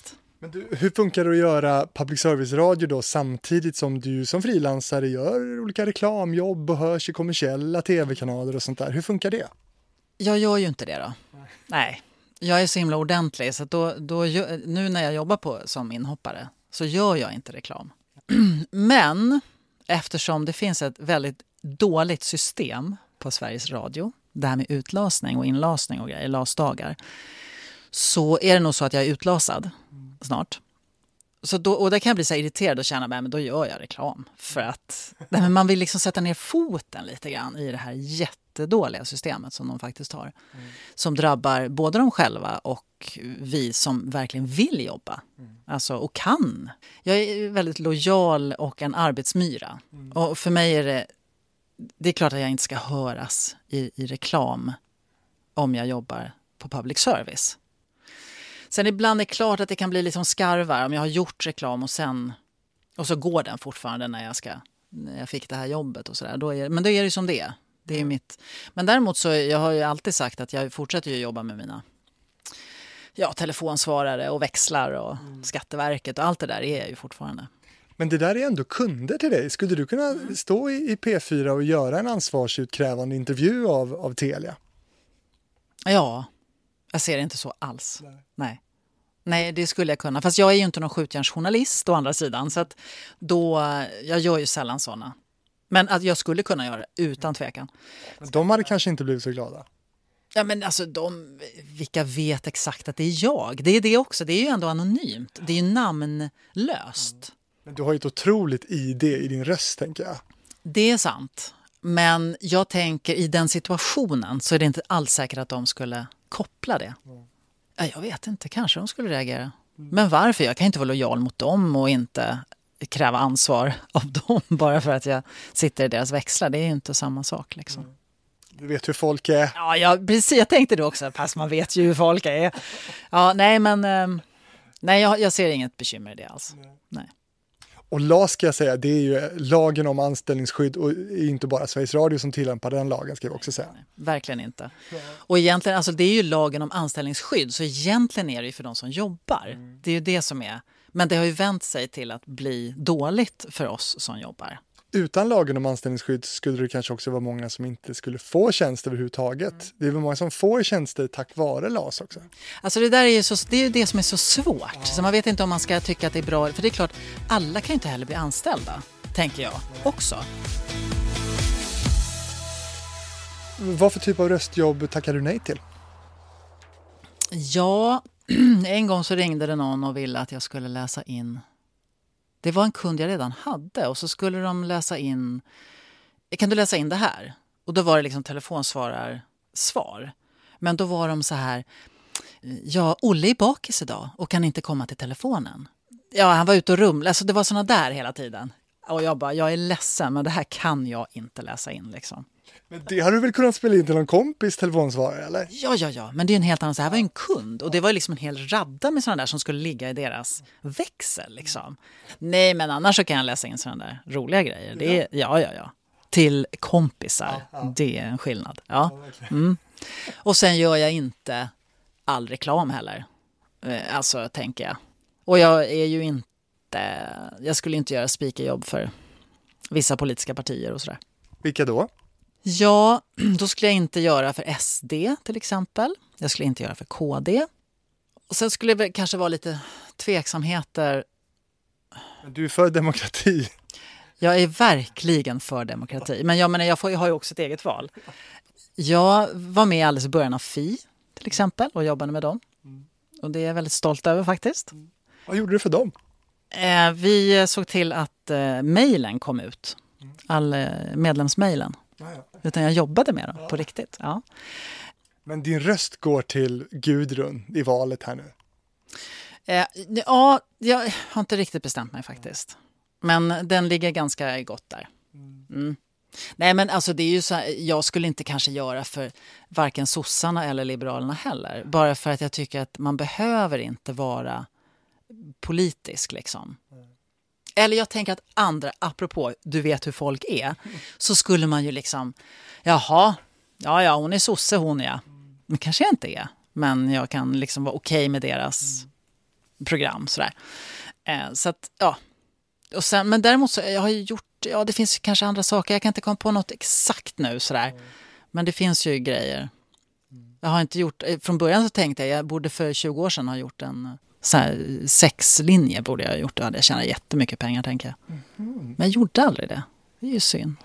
Men du, hur funkar det att göra public service-radio då samtidigt som du som frilansare gör olika reklamjobb och hörs i kommersiella tv-kanaler och sånt där? Hur funkar det? Jag gör ju inte det då. Nej. Nej. Jag är så himla ordentlig så att då, då, nu när jag jobbar på, som inhoppare så gör jag inte reklam. Men eftersom det finns ett väldigt dåligt system på Sveriges Radio, det här med utlasning och inlasning och grejer, lasdagar, så är det nog så att jag är utlasad snart. Så då, och där kan jag bli så irriterad och känna, men då gör jag reklam. För att nej, men man vill liksom sätta ner foten lite grann i det här jättedåliga systemet som de faktiskt har. Mm. Som drabbar både de själva och vi som verkligen vill jobba. Mm. Alltså, och kan. Jag är väldigt lojal och en arbetsmyra. Mm. Och för mig är det, det är klart att jag inte ska höras i, i reklam om jag jobbar på public service. Sen ibland är det klart att det kan bli liksom skarvar om jag har gjort reklam och sen och så går den fortfarande när jag ska när jag fick det här jobbet och sådär. Då är, men då är det som det. Det är mitt. Men däremot så jag har ju alltid sagt att jag fortsätter ju jobba med mina ja, telefonsvarare och växlar och mm. Skatteverket och allt det där är jag ju fortfarande. Men det där är ändå kunder till dig. Skulle du kunna stå i, i P fyra och göra en ansvarsutkrävande intervju av, av Telia? Ja, jag ser det inte så alls. Nej. Nej. Nej, det skulle jag kunna. Fast jag är ju inte någon skjutjärnsjournalist å andra sidan. Så att då, jag gör ju sällan sådana. Men att jag skulle kunna göra det, utan tvekan. De hade kanske inte blivit så glada. Ja, men alltså de, vilka vet exakt att det är jag? Det är det också, det är ju ändå anonymt. Det är ju namnlöst. Men du har ju ett otroligt I D i din röst, tänker jag. Det är sant. Men jag tänker i den situationen så är det inte alls säkert att de skulle koppla det. Ja, jag vet inte, kanske de skulle reagera. Men varför? Jag kan inte vara lojal mot dem och inte kräva ansvar av dem bara för att jag sitter i deras växlar. Det är ju inte samma sak liksom. Du vet hur folk är. Ja, ja precis. Jag tänkte det också. Fast man vet ju hur folk är. Ja, nej men eh, nej, jag, jag ser inget bekymmer i det alls. Nej. nej. Och L A S ska jag säga, det är ju lagen om anställningsskydd och inte bara Sveriges Radio som tillämpar den lagen, ska jag också säga. Nej, verkligen inte. Och egentligen, alltså det är ju lagen om anställningsskydd, så egentligen är det ju för de som jobbar. Mm. Det är ju det som är. Men det har ju vänt sig till att bli dåligt för oss som jobbar. Utan lagen om anställningsskydd skulle det kanske också vara många som inte skulle få tjänster överhuvudtaget. Mm. Det är väl många som får tjänster tack vare L A S också. Alltså det där är ju så, det är ju det som är så svårt. Ja. Så man vet inte om man ska tycka att det är bra. För det är klart, alla kan ju inte heller bli anställda, tänker jag också. Vad för typ av röstjobb tackar du nej till? Ja, en gång så ringde det någon och ville att jag skulle läsa in. Det var en kund jag redan hade och så skulle de läsa in, kan du läsa in det här? Och då var det liksom telefonsvarar-svar. Men då var de så här, ja, Olle är bakis idag och kan inte komma till telefonen. Ja, han var ute och rumlade, alltså det var såna där hela tiden. Och jag bara, jag är ledsen men det här kan jag inte läsa in liksom. Men det hade du väl kunnat spela in till någon kompis telefonsvarare, eller? Ja, ja, ja. Men det är en helt annan. Så här var en kund. Och det var liksom en hel radda med sådana där som skulle ligga i deras växel. Liksom. Nej, men annars så kan jag läsa in sådana där roliga grejer. Det är, ja, ja, ja. Till kompisar. Ja, ja. Det är en skillnad. Ja. Mm. Och sen gör jag inte all reklam heller. Alltså, tänker jag. Och jag är ju inte... Jag skulle inte göra speakerjobb för vissa politiska partier och sådär. Vilka då? Ja, då skulle jag inte göra för S D till exempel. Jag skulle inte göra för K D. Och sen skulle det kanske vara lite tveksamheter. Du är för demokrati. Jag är verkligen för demokrati. Men jag, menar, jag, får, jag har ju också ett eget val. Jag var med alldeles i början av F I till exempel och jobbade med dem. Och det är jag väldigt stolt över faktiskt. Vad gjorde du för dem? Eh, vi såg till att eh, mejlen kom ut. All eh, medlemsmejlen. Utan jag jobbade med dem, ja. På riktigt. Ja. Men din röst går till Gudrun i valet här nu? Eh, ja, jag har inte riktigt bestämt mig faktiskt. Men den ligger ganska gott där. Mm. Nej, men alltså det är ju så här, jag skulle inte kanske göra för varken sossarna eller liberalerna heller. Bara för att jag tycker att man behöver inte vara politisk liksom. Eller jag tänker att andra, apropå du vet hur folk är, så skulle man ju liksom, jaha, ja ja hon är sosse hon ja. Men kanske jag inte är. Men jag kan liksom vara okej med deras program sådär. Eh, så att, ja. Och sen, men däremot så jag har jag gjort, ja det finns kanske andra saker, jag kan inte komma på något exakt nu sådär. Mm. Men det finns ju grejer. Jag har inte gjort, från början så tänkte jag, jag borde för tjugo år sedan ha gjort en så här, sexlinje borde jag ha gjort. Då hade jag tjänat jättemycket pengar, tänker jag. Mm. Men jag gjorde aldrig det. Det är ju synd.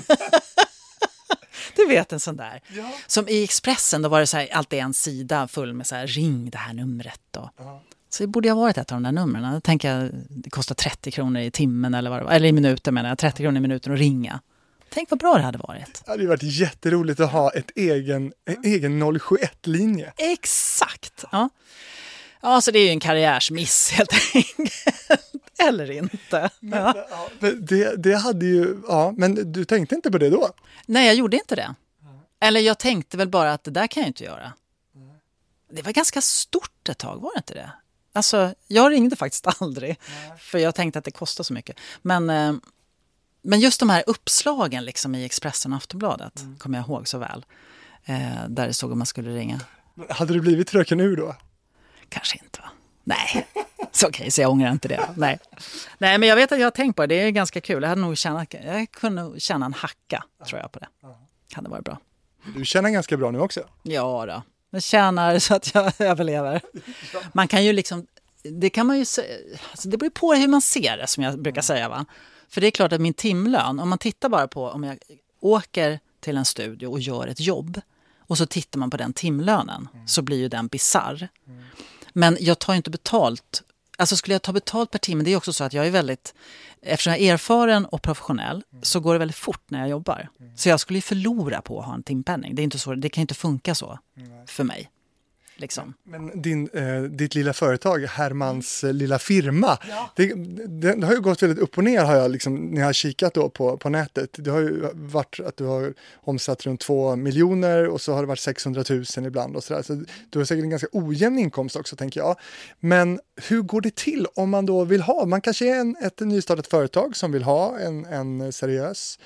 Du vet en sån där. Ja. Som i Expressen, då var det så här, alltid en sida full med så här, ring det här numret då. Ja. Så det borde ha varit ett av de där numren. Då tänker jag, det kostar trettio kronor i timmen eller vad det var. Eller i minuten menar jag, trettio kronor i minuten att ringa. Tänk vad bra det hade varit. Det hade varit jätteroligt att ha ett egen, en egen noll sju ett-linje. Exakt, ja. Ja, så det är ju en karriärsmiss helt enkelt. Eller inte. Men, ja. Ja, det, det hade ju, ja, men du tänkte inte på det då? Nej, jag gjorde inte det. Eller jag tänkte väl bara att det där kan jag inte göra. Det var ganska stort ett tag, var det inte det? Alltså, jag ringde faktiskt aldrig. För jag tänkte att det kostar så mycket. Men... Men just de här uppslagen liksom i Expressen och Aftonbladet mm. kommer jag ihåg så väl. Eh, där det stod om man skulle ringa. Hade du blivit Fröken Ur då? Kanske inte va? Nej, så okej, så jag ångrar inte det. Nej. Nej, men jag vet att jag har tänkt på det. Det är ganska kul. Jag hade nog tjänat, jag kunde nog tjäna en hacka, tror jag på det. Kan det vara bra. Du tjänar ganska bra nu också. Ja då. Jag tjänar så att jag överlever. Man kan ju liksom, det kan man ju säga, alltså det beror på hur man ser det som jag brukar säga va. För det är klart att min timlön, om man tittar bara på om jag åker till en studio och gör ett jobb och så tittar man på den timlönen mm. så blir ju den bizarr. Mm. Men jag tar ju inte betalt, alltså skulle jag ta betalt per timme, det är också så att jag är väldigt, eftersom jag är erfaren och professionell mm. så går det väldigt fort när jag jobbar. Mm. Så jag skulle ju förlora på att ha en timpenning, det är inte så, det kan inte funka så mm. för mig. Liksom. Men din, eh, ditt lilla företag, Hermans mm. lilla firma, ja. det, det, det har ju gått väldigt upp och ner har jag liksom, när jag har kikat då på, på nätet. Det har ju varit att du har omsatt runt två miljoner och så har det varit sexhundratusen ibland och sådär. Så du har säkert en ganska ojämn inkomst också tänker jag. Men hur går det till om man då vill ha, man kanske är en, ett nystartat företag som vill ha en, en seriös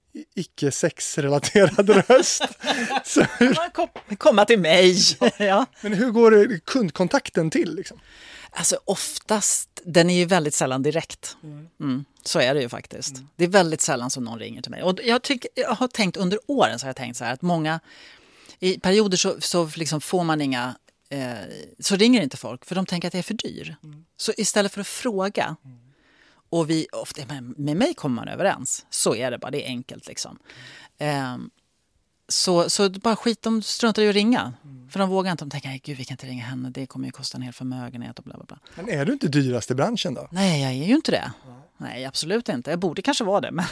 icke-sexrelaterad röst. Så hur... Kom, komma till mig. Ja. Men hur går kundkontakten till? Liksom? Alltså oftast, den är ju väldigt sällan direkt. Mm. Mm, så är det ju faktiskt. Mm. Det är väldigt sällan som någon ringer till mig. Och jag, tycker, jag har tänkt under åren så har jag tänkt så här att många, i perioder så, så liksom får man inga, eh, så ringer inte folk för de tänker att det är för dyr. Mm. Så istället för att fråga mm. och vi, ofta, med mig kommer man överens. Så är det bara, det är enkelt liksom. Mm. Um, så, så bara skit, de struntar i att ringa. Mm. För de vågar inte, de tänker, nej gud vi kan inte ringa henne, det kommer ju kosta en hel förmögenhet och bla bla bla. Men är du inte dyrast i branschen då? Nej, jag är ju inte det. Mm. Nej, absolut inte. Jag borde kanske vara det, men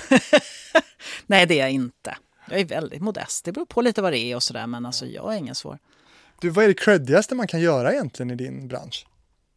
nej det är jag inte. Jag är väldigt modest, det beror på lite vad det är och sådär, men alltså jag är ingen svår. Du, vad är det creddigaste man kan göra egentligen i din bransch?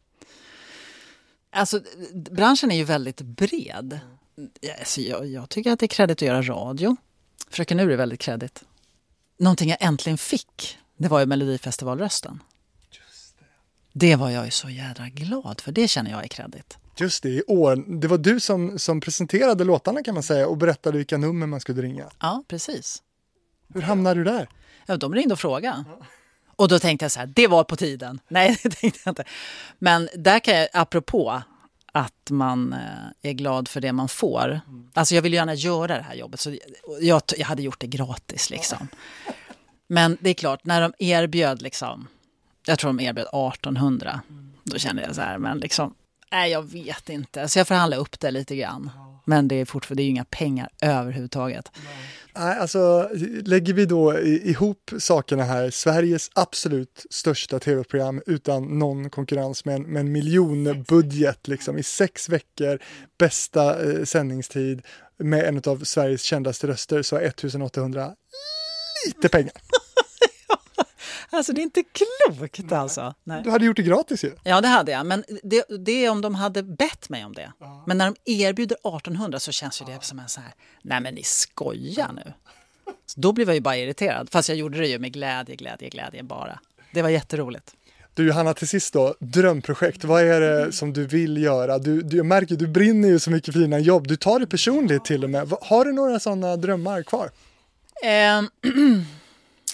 Alltså, branschen är ju väldigt bred. Alltså, jag, jag tycker att det är kredit att göra radio. Fröken Ur är väldigt kredit. Någonting jag äntligen fick, det var ju Melodifestivalrösten. Just det. Det var jag ju så jädra glad för. Det känner jag är kredit. Just det, i år. Det var du som, som presenterade låtarna kan man säga och berättade vilka nummer man skulle ringa. Ja, precis. Hur hamnade du där? Ja, de ringde och frågade. Ja. Och då tänkte jag så här, det var på tiden. Nej, det tänkte jag inte. Men där kan jag, apropå att man är glad för det man får. Mm. Alltså jag vill gärna göra det här jobbet. Så jag, jag hade gjort det gratis liksom. Men det är klart, när de erbjöd liksom, jag tror de erbjöd artonhundra. Mm. Då kände jag så här, men liksom, nej jag vet inte. Så jag förhandlade upp det lite grann. Men det är fortfarande det är ju inga pengar överhuvudtaget. Nej, alltså lägger vi då ihop sakerna här, Sveriges absolut största tv-program utan någon konkurrens med en, med en miljonbudget liksom, i sex veckor, bästa eh, sändningstid med en av Sveriges kändaste röster, så är ettusenåttahundra lite pengar. Alltså det är inte klokt alltså. Nej. Du hade gjort det gratis ju. Ja det hade jag, men det, det är om de hade bett mig om det. Ja. Men när de erbjuder artonhundra så känns ju det som en så här, nej men ni skojar nu. Så då blev jag ju bara irriterad, fast jag gjorde det ju med glädje, glädje, glädje bara. Det var jätteroligt. Du Johanna, till sist då, drömprojekt, vad är det som du vill göra? Du, du, jag märker, du brinner ju så mycket för dina jobb, du tar det personligt till och med. Har du några sådana drömmar kvar? Eh,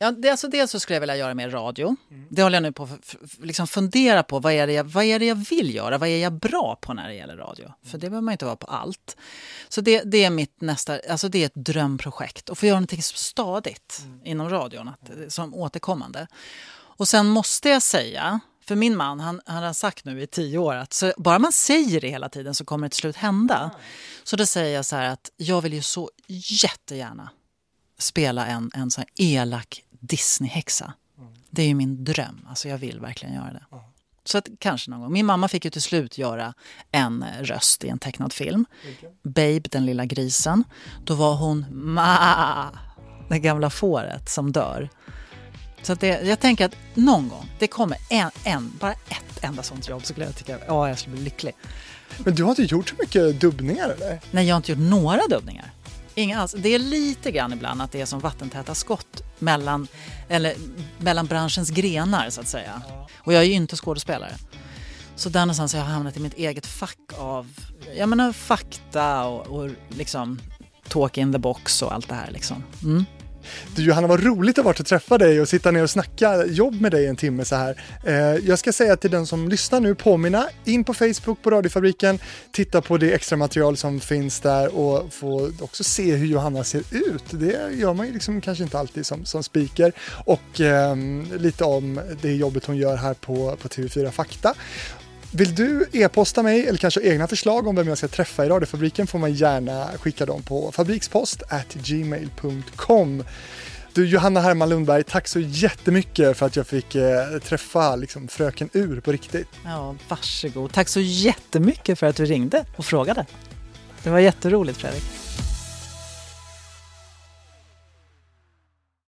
Ja, det, alltså dels så skulle jag vilja göra mer radio. Mm. Det håller jag nu på att f- f- liksom fundera på. Vad är, det jag, vad är det jag vill göra? Vad är jag bra på när det gäller radio? Mm. För det behöver man inte vara på allt. Så det, det är mitt nästa, alltså det är ett drömprojekt. Och få göra någonting stadigt mm. inom radion, att, som återkommande. Och sen måste jag säga, för min man, han, han har sagt nu i tio år att så bara man säger det hela tiden så kommer det till slut hända. Mm. Så då säger jag så här att jag vill ju så jättegärna spela en, en sån här elak Disney-häxa. Mm. Det är ju min dröm. Alltså jag vill verkligen göra det. Mm. Så att kanske någon gång. Min mamma fick ju till slut göra en röst i en tecknad film. Okay. Babe, den lilla grisen. Då var hon Ma, det gamla fåret som dör. Så att det, jag tänker att någon gång, det kommer en, en, bara ett enda sånt jobb, så skulle jag tycka, ja, jag skulle bli lycklig. Men du har inte gjort så mycket dubbningar, eller? Nej, jag har inte gjort några dubbningar. Inga alls. Det är lite grann ibland att det är som vattentäta skott mellan, eller, mellan branschens grenar, så att säga. Och jag är ju inte skådespelare. Så där någonstans har jag hamnat i mitt eget fack av, jag menar, fakta och, och liksom talk in the box och allt det här liksom. Mm. Du Johanna, vad roligt det har varit att träffa dig och sitta ner och snacka jobb med dig en timme så här. Eh, jag ska säga till den som lyssnar nu, påminna in på Facebook på Radiofabriken, titta på det extra material som finns där och få också se hur Johanna ser ut. Det gör man ju liksom kanske inte alltid som, som speaker. Och eh, lite om det jobbet hon gör här på, på T V fyra Fakta. Vill du e-posta mig eller kanske egna förslag om vem jag ska träffa i Radiofabriken, får man gärna skicka dem på fabrikspost at gmail punkt com. Du Johanna Herman Lundberg, tack så jättemycket för att jag fick eh, träffa liksom, fröken Ur på riktigt. Ja, varsågod. Tack så jättemycket för att du ringde och frågade. Det var jätteroligt, Fredrik.